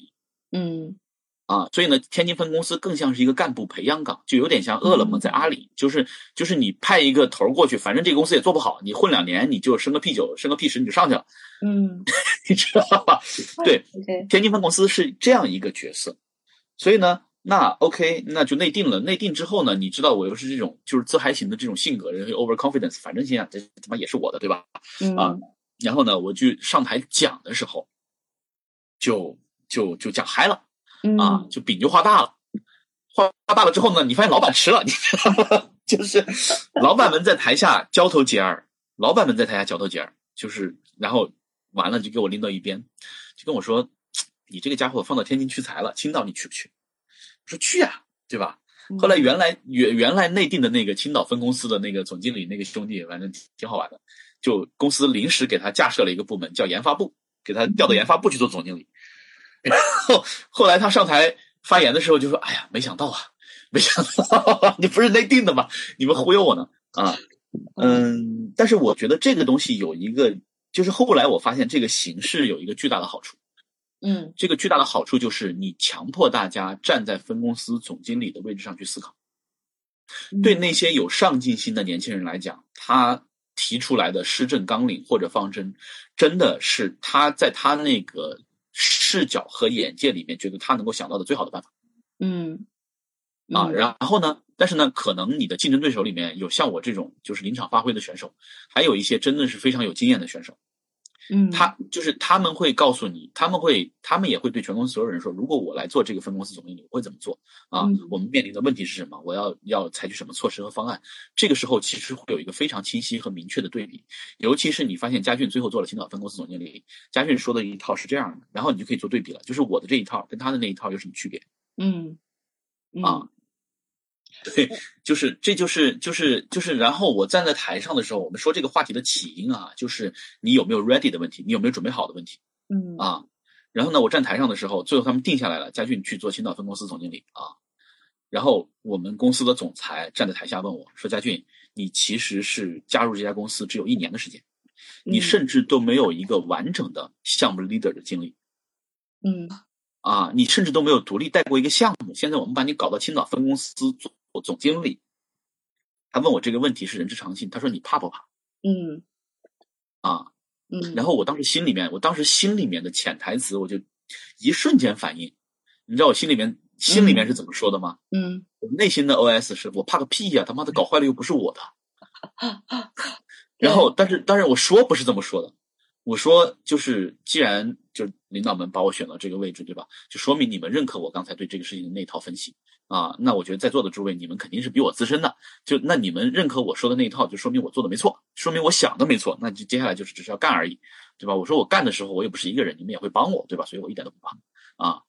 嗯啊，所以呢，天津分公司更像是一个干部培养岗，就有点像饿了么在阿里，就是就是你派一个头过去，反正这个公司也做不好，你混两年你就升个 P 九，升个 P 十你就上去了， 嗯， 你知道吧？对， OK， 天津分公司是这样一个角色，所以呢，那 OK， 那就内定了。内定之后呢，你知道我又是这种就是自嗨型的这种性格，人 overconfidence，反正心想这他妈也是我的，对吧？啊， 嗯然后呢，我去上台讲的时候，就就就讲嗨了。啊， 嗯就饼就画大了，画大了之后呢，你发现老板吃了，你知道吗？就是老板们在台下交头接耳，老板们在台下交头接耳，就是然后完了就给我拎到一边，就跟我说：“你这个家伙放到天津屈才了，青岛你去不去？”我说去啊，对吧？后来原来原原来内定的那个青岛分公司的那个总经理那个兄弟，反正挺好玩的，就公司临时给他架设了一个部门叫研发部，给他调到研发部去做总经理。然后后来他上台发言的时候就说：“哎呀，没想到啊，没想到你不是内定的吗？你们忽悠我呢啊！”嗯，但是我觉得这个东西有一个，就是后来我发现这个形式有一个巨大的好处。 嗯， 这个巨大的好处就是你强迫大家站在分公司总经理的位置上去思考。对那些有上进心的年轻人来讲，他提出来的施政纲领或者方针，真的是他在他那个视角和眼界里面觉得他能够想到的最好的办法。 嗯啊，然后呢，但是呢，可能你的竞争对手里面有像我这种就是临场发挥的选手，还有一些真的是非常有经验的选手。 嗯， 他就是他们会告诉你，他们会他们也会对全公司所有人说，如果我来做这个分公司总经理，我会怎么做啊？ 嗯我们面临的问题是什么？我要要采取什么措施和方案？这个时候其实会有一个非常清晰和明确的对比，尤其是你发现嘉俊最后做了青岛分公司总经理，嘉俊说的一套是这样的，然后你就可以做对比了，就是我的这一套跟他的那一套有什么区别？ 嗯嗯啊，对，就是这就是就是就是，然后我站在台上的时候，我们说这个话题的起因啊，就是你有没有 ready 的问题，你有没有准备好的问题嗯啊。然后呢，我站台上的时候，最后他们定下来了，嘉俊去做青岛分公司总经理啊。然后我们公司的总裁站在台下问我说：“嘉俊，你其实是加入这家公司只有一年的时间，你甚至都没有一个完整的项目 leader 的经历。” 嗯啊，你甚至都没有独立带过一个项目，现在我们把你搞到青岛分公司做总经理。他问我这个问题是人之常情，他说你怕不怕？ 嗯啊， 嗯， 然后我当时心里面，我当时心里面的潜台词，我就一瞬间反应，你知道我心里面心里面是怎么说的吗？ 嗯， 我内心的 O S 是我怕个屁呀、啊，他妈的搞坏了又不是我的。然后，但是但是我说不是这么说的。我说，就是既然就领导们把我选到这个位置，对吧？就说明你们认可我刚才对这个事情的那套分析啊。那我觉得在座的诸位，你们肯定是比我资深的，就那你们认可我说的那一套，就说明我做的没错，说明我想的没错。那就接下来就是只是要干而已，对吧？我说我干的时候，我也不是一个人，你们也会帮我，对吧？所以我一点都不怕啊。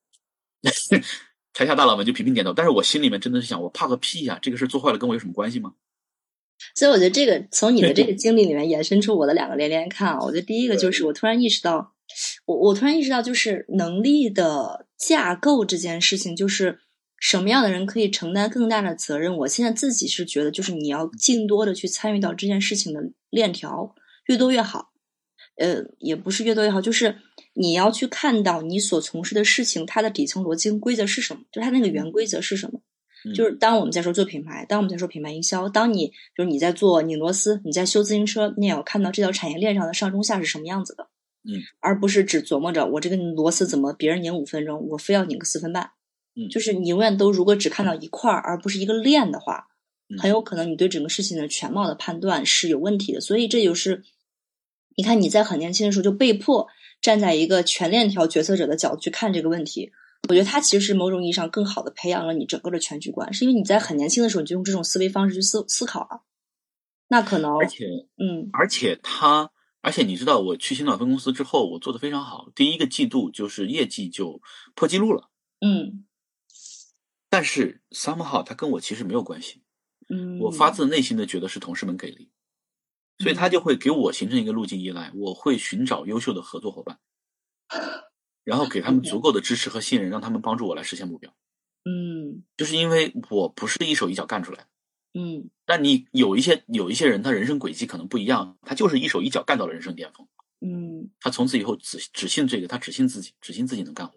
台下大佬们就频频点头，但是我心里面真的是想，我怕个屁呀、啊！这个事做坏了跟我有什么关系吗？ 所以我觉得这个从你的这个经历里面延伸出我的两个连连看啊，我觉得第一个就是我突然意识到，我我突然意识到就是能力的架构这件事情，就是什么样的人可以承担更大的责任。我现在自己是觉得，就是你要尽多的去参与到这件事情的链条，越多越好。呃，也不是越多越好，就是你要去看到你所从事的事情，它的底层逻辑跟规则是什么，就它那个原规则是什么。就是当我们在说做品牌，当我们在说品牌营销，当你就是你在做拧螺丝，你在修自行车，你也要看到这条产业链上的上中下是什么样子的， 嗯， 而不是只琢磨着我这个螺丝怎么别人拧五分钟，我非要拧个四分半， 嗯， 就是你永远都如果只看到一块儿，而不是一个链的话， 嗯， 很有可能你对整个事情的全貌的判断是有问题的。所以这就是你看你在很年轻的时候就被迫站在一个全链条决策者的角度去看这个问题。我觉得它其实是某种意义上更好的培养了你整个的全局观，是因为你在很年轻的时候你就用这种思维方式去思思考了。那可能， 而且， 嗯， 而且他，而且你知道，我去青岛分公司之后，我做的非常好，第一个季度就是业绩就破纪录了， 嗯， 但是 somehow 他跟我其实没有关系， 嗯， 我发自内心的觉得是同事们给力，所以他就会给我形成一个路径依赖，我会寻找优秀的合作伙伴。然后给他们足够的支持和信任，让他们帮助我来实现目标。 嗯， 就是因为我不是一手一脚干出来的。 嗯， 但你有一些有一些人，他人生轨迹可能不一样，他就是一手一脚干到了人生巅峰。 嗯， 他从此以后只只信这个，他只信自己，只信自己能干活。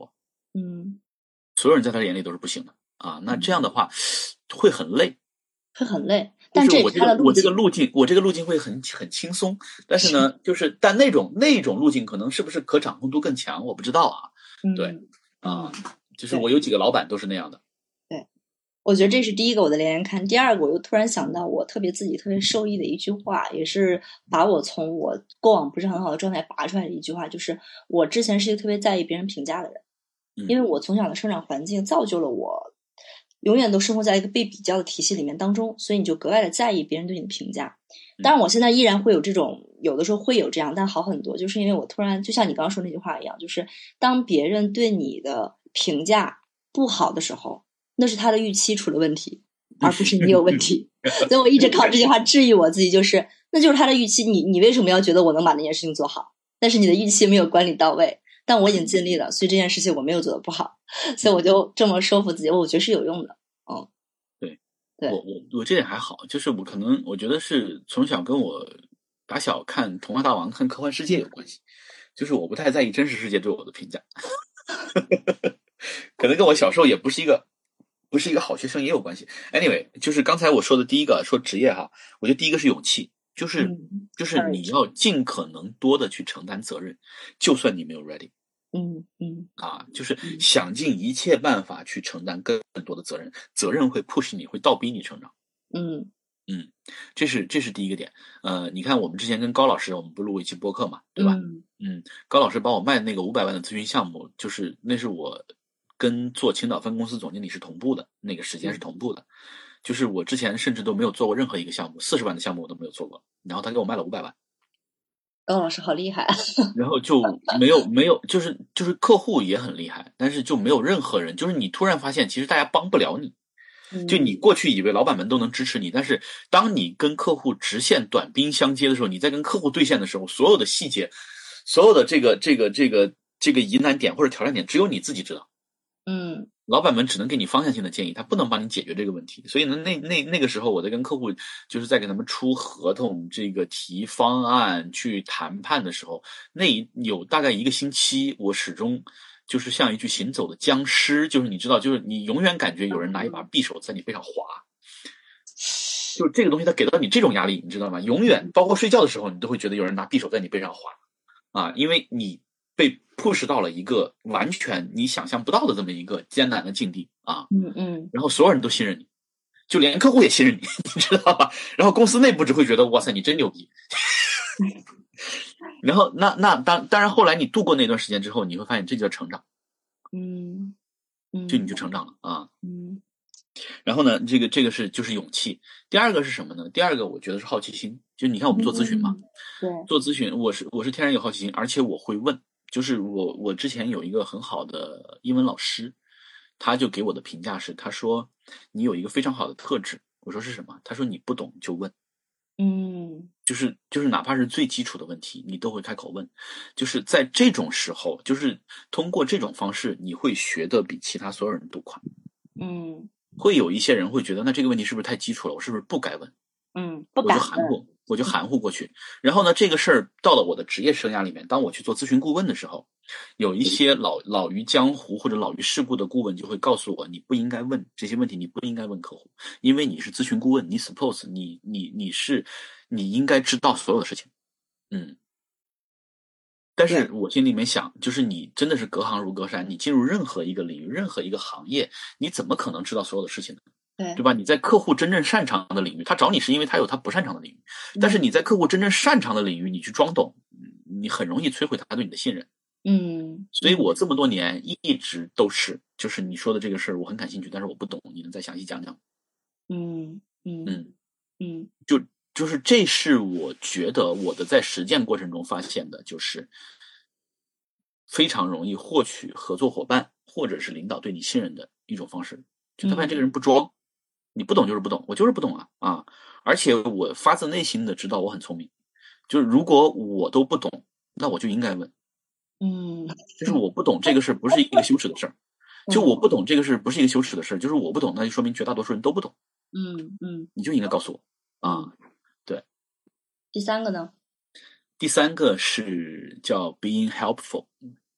嗯， 所有人在他眼里都是不行的啊。那这样的话会很累， 会很累，但就是我这也是他这个我这个的路径。 路径，我这个路径会很很轻松，但是呢，就是但那种那种路径可能是不是可掌控度更强，我不知道啊。对嗯啊， 嗯， 就是对我有几个老板都是那样的。 对。我觉得这是第一个我的连连看，第二个我又突然想到我特别自己特别受益的一句话，也是把我从我过往不是很好的状态拔出来的一句话，就是我之前是一个特别在意别人评价的人，因为我从小的生长环境造就了我永远都生活在一个被比较的体系里面当中，所以你就格外的在意别人对你的评价。当然我现在依然会有这种，有的时候会有这样，但好很多，就是因为我突然就像你刚刚说那句话一样，就是当别人对你的评价不好的时候，那是他的预期出了问题，而不是你有问题。所以我一直靠这句话治愈我自己，就是那就是他的预期，你你为什么要觉得我能把那件事情做好？但是你的预期没有管理到位，但我已经尽力了，所以这件事情我没有做得不好，所以我就这么说服自己，我觉得是有用的。嗯， 对， 对， 我我我这点还好，就是我可能我觉得是从小跟我打小看《童话大王》看科幻世界有关系，就是我不太在意真实世界对我的评价，可能跟我小时候也不是一个不是一个好学生也有关系。Anyway，就是刚才我说的第一个说职业哈，我觉得第一个是勇气，就是嗯就是你要尽可能多的去承担责任，就算你没有 ready。 嗯嗯啊，就是嗯想尽一切办法去承担更多的责任，责任会 push 你，会倒逼你成长。 嗯嗯，这是这是第一个点。呃，你看我们之前跟高老师，我们不录过一期播客嘛，对吧？ 嗯嗯，高老师帮我卖那个五百万的咨询项目，就是那是我跟做青岛分公司总经理是同步的，那个时间是同步的。就是我之前甚至都没有做过任何一个项目，四十万的项目我都没有做过，然后他给我卖了五百万。 高老师好厉害。 然后就没有没有，就是就是客户也很厉害，但是就没有任何人，就是你突然发现，其实大家帮不了你。就你嗯过去以为老板们都能支持你，但是当你跟客户直线短兵相接的时候，你在跟客户对线的时候，所有的细节，所有的这个这个这个这个疑难点或者挑战点，只有你自己知道。 嗯老板们只能给你方向性的建议，他不能帮你解决这个问题。所以呢，那那那个时候我在跟客户，就是在给他们出合同、这个提方案、去谈判的时候，那有大概一个星期，我始终就是像一具行走的僵尸，就是你知道，就是你永远感觉有人拿一把匕首在你背上划，就这个东西它给到你这种压力，你知道吗？永远，包括睡觉的时候，你都会觉得有人拿匕首在你背上划啊，因为你被 push 到了一个完全你想象不到的这么一个艰难的境地啊。 嗯嗯然后所有人都信任你，就连客户也信任你，你知道吧？然后公司内部只会觉得哇塞，你真牛逼。然后那那当当然后来你度过那段时间之后，你会发现这叫成长， 嗯嗯就你就成长了啊。 嗯然后呢，这个这个是就是勇气。第二个是什么呢？第二个我觉得是好奇心。就你看我们做咨询嘛， 嗯，对， 做咨询我是我是天然有好奇心，而且我会问。就是我我之前有一个很好的英文老师，他就给我的评价是，他说你有一个非常好的特质。我说是什么？他说你不懂就问。 嗯就是就是哪怕是最基础的问题，你都会开口问。就是在这种时候，就是通过这种方式，你会学得比其他所有人都快。 嗯会有一些人会觉得，那这个问题是不是太基础了？我是不是不该问？ 嗯，不我就敢问。 含糊，我就含糊过去。然后呢，这个事儿到了我的职业生涯里面，当我去做咨询顾问的时候，有一些老老于江湖或者老于世故的顾问就会告诉我，你不应该问这些问题，你不应该问客户，因为你是咨询顾问，你 suppose 你你你是你应该知道所有的事情。嗯，但对是我心里面想，就是你真的是隔行如隔山，你进入任何一个领域、任何一个行业，你怎么可能知道所有的事情呢？ 对， 对吧？你在客户真正擅长的领域，他找你是因为他有他不擅长的领域，但是嗯你在客户真正擅长的领域，你去装懂，你很容易摧毁他对你的信任。 嗯嗯所以我这么多年一直都是，就是你说的这个事儿，我很感兴趣，但是我不懂，你能再详细讲讲？ 嗯嗯嗯， 嗯就就是这是我觉得我的在实践过程中发现的，就是非常容易获取合作伙伴或者是领导对你信任的一种方式。就他发现这个嗯人不装，你不懂就是不懂，我就是不懂啊啊！而且我发自内心的知道我很聪明，就是如果我都不懂，那我就应该问。 嗯就是我不懂这个事不是一个羞耻的事儿，就嗯我不懂这个事不是一个羞耻的事儿，就是我不懂，那就说明绝大多数人都不懂， 嗯嗯你就应该告诉我嗯， 啊。对， 第三个呢？ 第三个是叫 being helpful，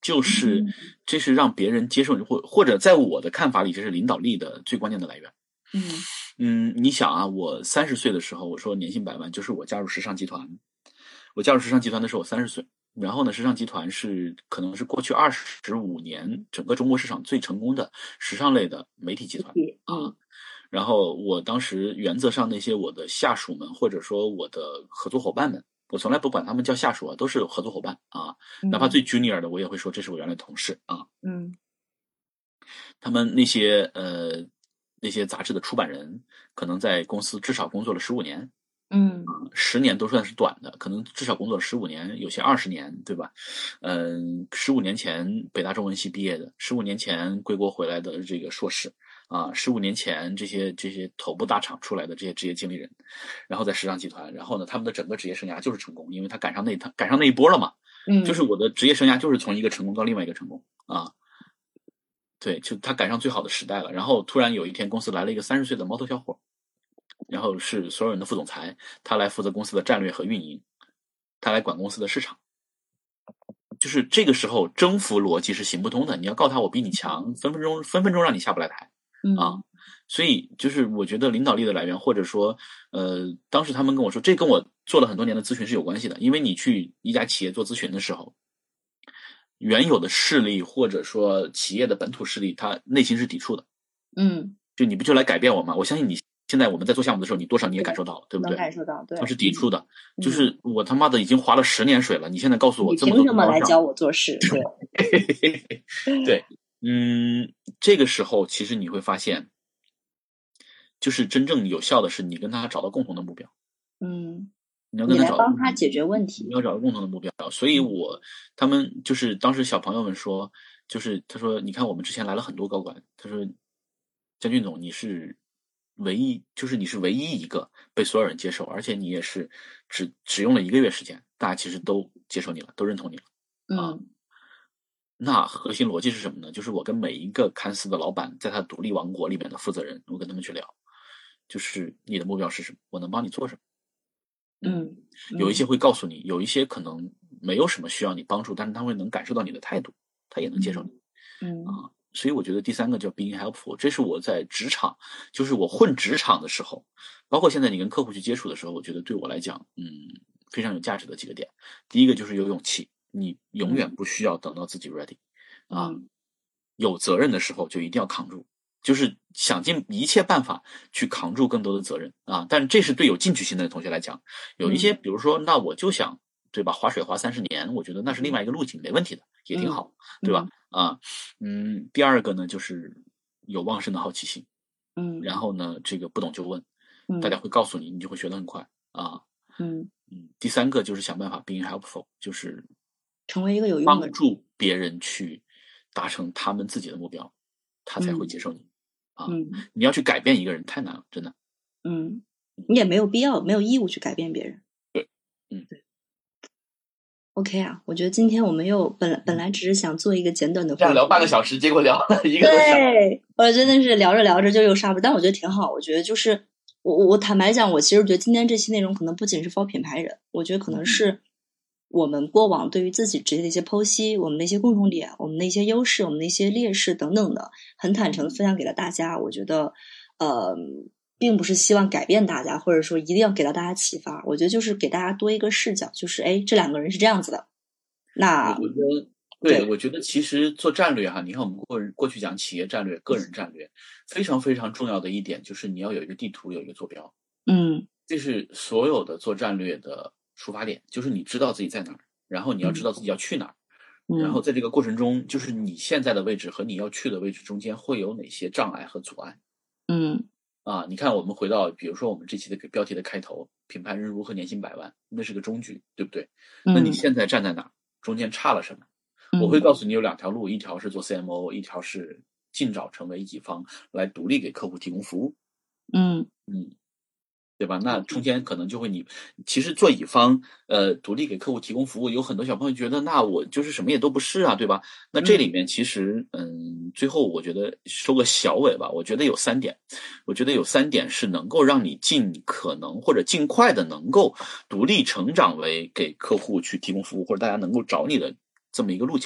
就是这是让别人接受你，或或者在我的看法里，这是领导力的最关键的来源。 嗯嗯，你想啊，我三十岁的时候，我说年薪百万，就是我加入时尚集团。我加入时尚集团的时候，我三十岁。然后呢，时尚集团是可能是过去二十五年整个中国市场最成功的时尚类的媒体集团啊。然后我当时原则上那些我的下属们，或者说我的合作伙伴们，我从来不管他们叫下属啊，都是合作伙伴啊。哪怕最 junior 的，我也会说这是我原来同事啊。 嗯， 他们那些呃那些杂志的出版人，可能在公司至少工作了十五年。 嗯， 十年都算是短的，可能至少工作十五年，有些二十年，对吧？嗯，十五年前北大中文系毕业的，十五年前归国回来的这个硕士啊，十五年前这些这些头部大厂出来的这些职业经理人，然后在时尚集团，然后呢，他们的整个职业生涯就是成功，因为他赶上那他赶上那一波了嘛。 嗯， 就是我的职业生涯就是从一个成功到另外一个成功啊。对，就他赶上最好的时代了。然后突然有一天，公司来了一个三十岁的毛头小伙。然后是所有人的副总裁，他来负责公司的战略和运营，他来管公司的市场。就是这个时候征服逻辑是行不通的，你要告他我比你强，分分钟分分钟让你下不来台啊。所以就是我觉得领导力的来源，或者说呃，当时他们跟我说，这跟我做了很多年的咨询是有关系的，因为你去一家企业做咨询的时候，原有的势力或者说企业的本土势力，他内心是抵触的。 嗯， 就你不就来改变我吗？我相信你现在我们在做项目的时候，你多少你也感受到了，对不对？ 能感受到，对， 他是抵触的。 嗯、 就是我他妈的已经划了十年水了，你现在告诉我这么多， 你凭什么来教我做事？ 对，对，嗯，这个时候其实你会发现，就是真正有效的是你跟他找到共同的目标。 嗯， 你要跟他找帮他解决问题， 你要找到共同的目标。所以我他们就是当时小朋友们说，就是他说，你看我们之前来了很多高管，他说江俊总你是唯一，就是你是唯一一个被所有人接受，而且你也是只只用了一个月时间，大家其实都接受你了，都认同你了啊。 嗯， 那核心逻辑是什么呢？就是我跟每一个看似的老板，在他独立王国里面的负责人，我跟他们去聊，就是你的目标是什么，我能帮你做什么。 嗯， 有一些会告诉你，有一些可能没有什么需要你帮助，但是他会能感受到你的态度，他也能接受你。 嗯啊，所以我觉得第三个叫 being helpful，这是我在职场，就是我混职场的时候，包括现在你跟客户去接触的时候，我觉得对我来讲，嗯，非常有价值的几个点。第一个就是有勇气，你永远不需要等到自己 ready，啊，有责任的时候就一定要扛住。就是想尽一切办法去扛住更多的责任啊！但这是对有进取心的同学来讲，有一些比如说，那我就想对吧，划水划三十年，我觉得那是另外一个路径，没问题的，也挺好，对吧？啊，嗯，第二个呢就是有旺盛的好奇心， 嗯， 然后呢这个不懂就问，大家会告诉你，你就会学得很快啊， 嗯嗯，第三个就是想办法 being helpful，就是成为一个有用的人， 帮助别人去达成他们自己的目标，他才会接受你。啊，你要去改变一个人太难了，真的。 嗯，你也没有必要，没有义务去改变别人。 对，嗯， 对。OK 啊，我觉得今天我们又本来本来只是想做一个简短的， 这样聊半个小时，结果聊了一个多小时。 对，我真的是聊着聊着就又刹不住，但我觉得挺好。我觉得就是我我我坦白讲，我其实觉得今天这期内容可能不仅是 for 品牌人，我觉得可能是我们过往对于自己职业的一些剖析，我们的一些共同点，我们的一些优势，我们的一些劣势等等的，很坦诚的分享给了大家。我觉得，呃，并不是希望改变大家，或者说一定要给到大家启发。我觉得就是给大家多一个视角，就是哎，这两个人是这样子的。那我觉得，对，对我觉得其实做战略哈，你看我们过过去讲企业战略、个人战略，非常非常重要的一点就是你要有一个地图，有一个坐标。 嗯， 这是所有的做战略的出发点，就是你知道自己在哪儿，然后你要知道自己要去哪儿， 嗯、 然后在这个过程中，就是你现在的位置和你要去的位置中间会有哪些障碍和阻碍。 嗯， 啊，你看我们回到比如说我们这期的标题的开头，品牌人如何年薪百万，那是个终局，对不对？那你现在站在哪儿？中间差了什么？我会告诉你有两条路，一条是做 C M O， 一条是尽早成为乙方，来独立给客户提供服务。 嗯嗯，对吧？那中间可能就会你其实做乙方，呃，独立给客户提供服务，有很多小朋友觉得那我就是什么也都不是啊，对吧？那这里面其实，嗯，最后我觉得收个小尾吧，我觉得有三点，我觉得有三点是能够让你尽可能或者尽快的能够独立成长为给客户去提供服务，或者大家能够找你的这么一个路径。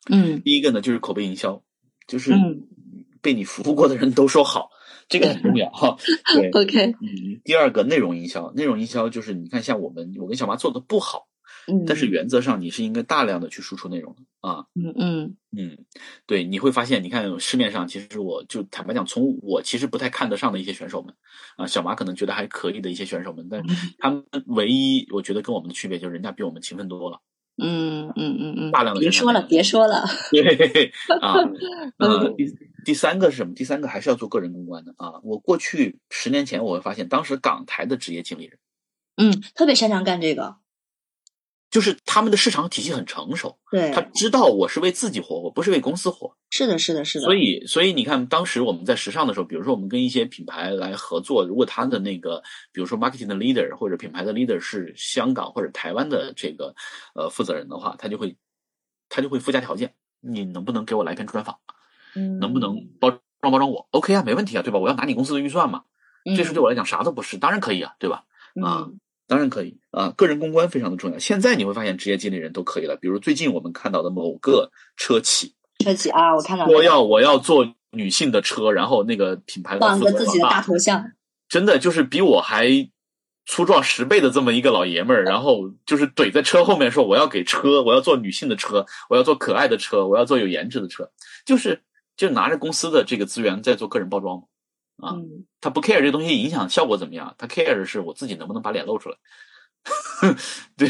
嗯， 第一个呢就是口碑营销，就是被你服务过的人都说好，这个很重要哈。对 ，OK， 嗯，第二个内容营销，内容营销就是你看像我们我跟小马做的不好。 嗯， 但是原则上你是应该大量的去输出内容的啊， 嗯嗯嗯，对，你会发现，你看市面上，其实我就坦白讲，从我其实不太看得上的一些选手们，啊，小马可能觉得还可以的一些选手们，但他们唯一我觉得跟我们的区别就是人家比我们勤奋多了， 嗯嗯嗯嗯， 大量的别说了，别说了， 对啊，呃，第第三个是什么？第三个还是要做个人公关的啊。我过去十年前我会发现，当时港台的职业经理人， 嗯，特别擅长干这个。 就是他们的市场体系很成熟， 对， 他知道我是为自己活，我不是为公司活。 是的，是的，是的。 所以，所以你看，当时我们在时尚的时候，比如说我们跟一些品牌来合作，如果他的那个，比如说 marketing 的 leader 或者品牌的 leader 是香港或者台湾的这个呃负责人的话，他就会他就会附加条件，你能不能给我来篇专访？ 嗯， 能不能包装包装我 ？OK 啊，没问题啊，对吧？我要拿你公司的预算嘛， 嗯、 这事对我来讲啥都不是，当然可以啊，对吧？啊。 嗯当然可以啊，个人公关非常的重要。现在你会发现职业经理人都可以了，比如最近我们看到的某个车企， 车企啊，我看到说要我要做女性的车，然后那个品牌放个自己的大头像， 真的就是比我还粗壮十倍的这么一个老爷们儿，然后就是怼在车后面说我要给车，我要做女性的车，我要做可爱的车，我要做有颜值的车，就是就拿着公司的这个资源在做个人包装。啊、嗯，他不 care 这个东西影响效果怎么样，他 care 的是我自己能不能把脸露出来。对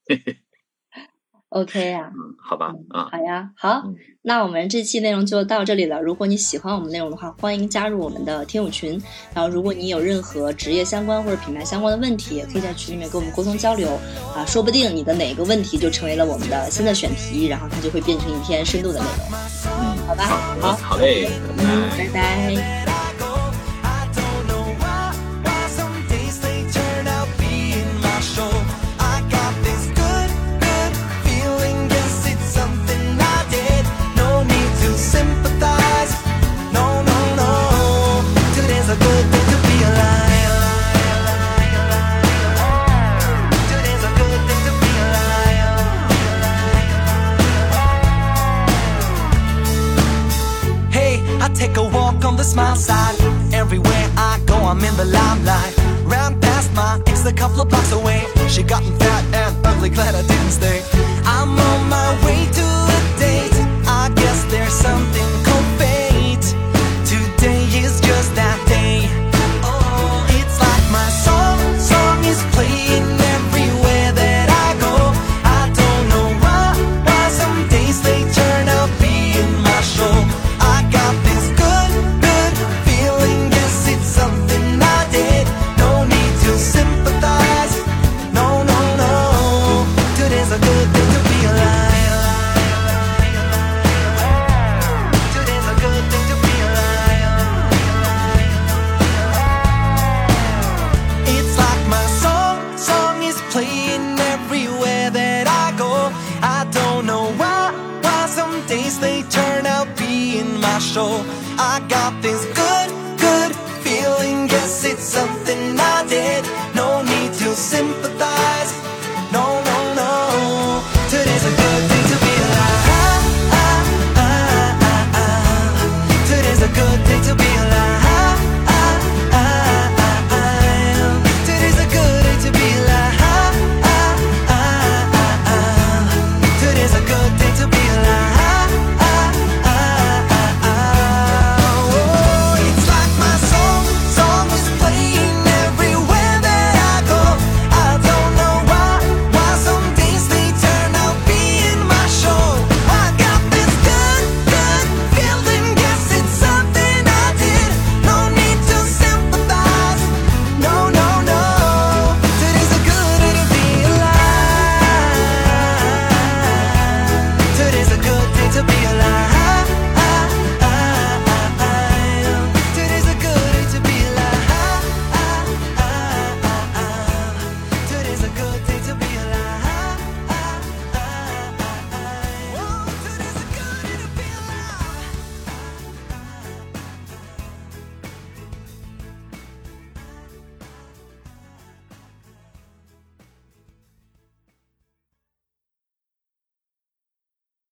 ，OK 呀、啊， 嗯，好吧，啊， 好呀，好、嗯，那我们这期内容就到这里了。如果你喜欢我们内容的话，欢迎加入我们的听友群。然后，如果你有任何职业相关或者品牌相关的问题，也可以在群里面跟我们沟通交流啊，说不定你的哪个问题就成为了我们的新的选题，然后它就会变成一篇深度的内容。 嗯， 好吧， 好，好嘞， 嗯，拜拜。 Take a walk on the smile side. Everywhere I go, I'm in the limelight. Ran past my ex a couple of blocks away. She got fat and ugly, glad I didn't stay. I'm on my way to a date. I guess there's something called fate. Today is just that day. Oh, it's like my song, song is playing everywhere that I go. I don't know why, why some days they turn out being my show. I got this good, good feeling, yes it's something I did. No need to sympathize, no, no, no. Today's a good day to be alive. Today's a good day to be alive. It's like my song, song is playing everywhere that I go. I don't know why, why some days they turn out being my show. I got this good, good feeling, yes it's something I did. No need to sympathize.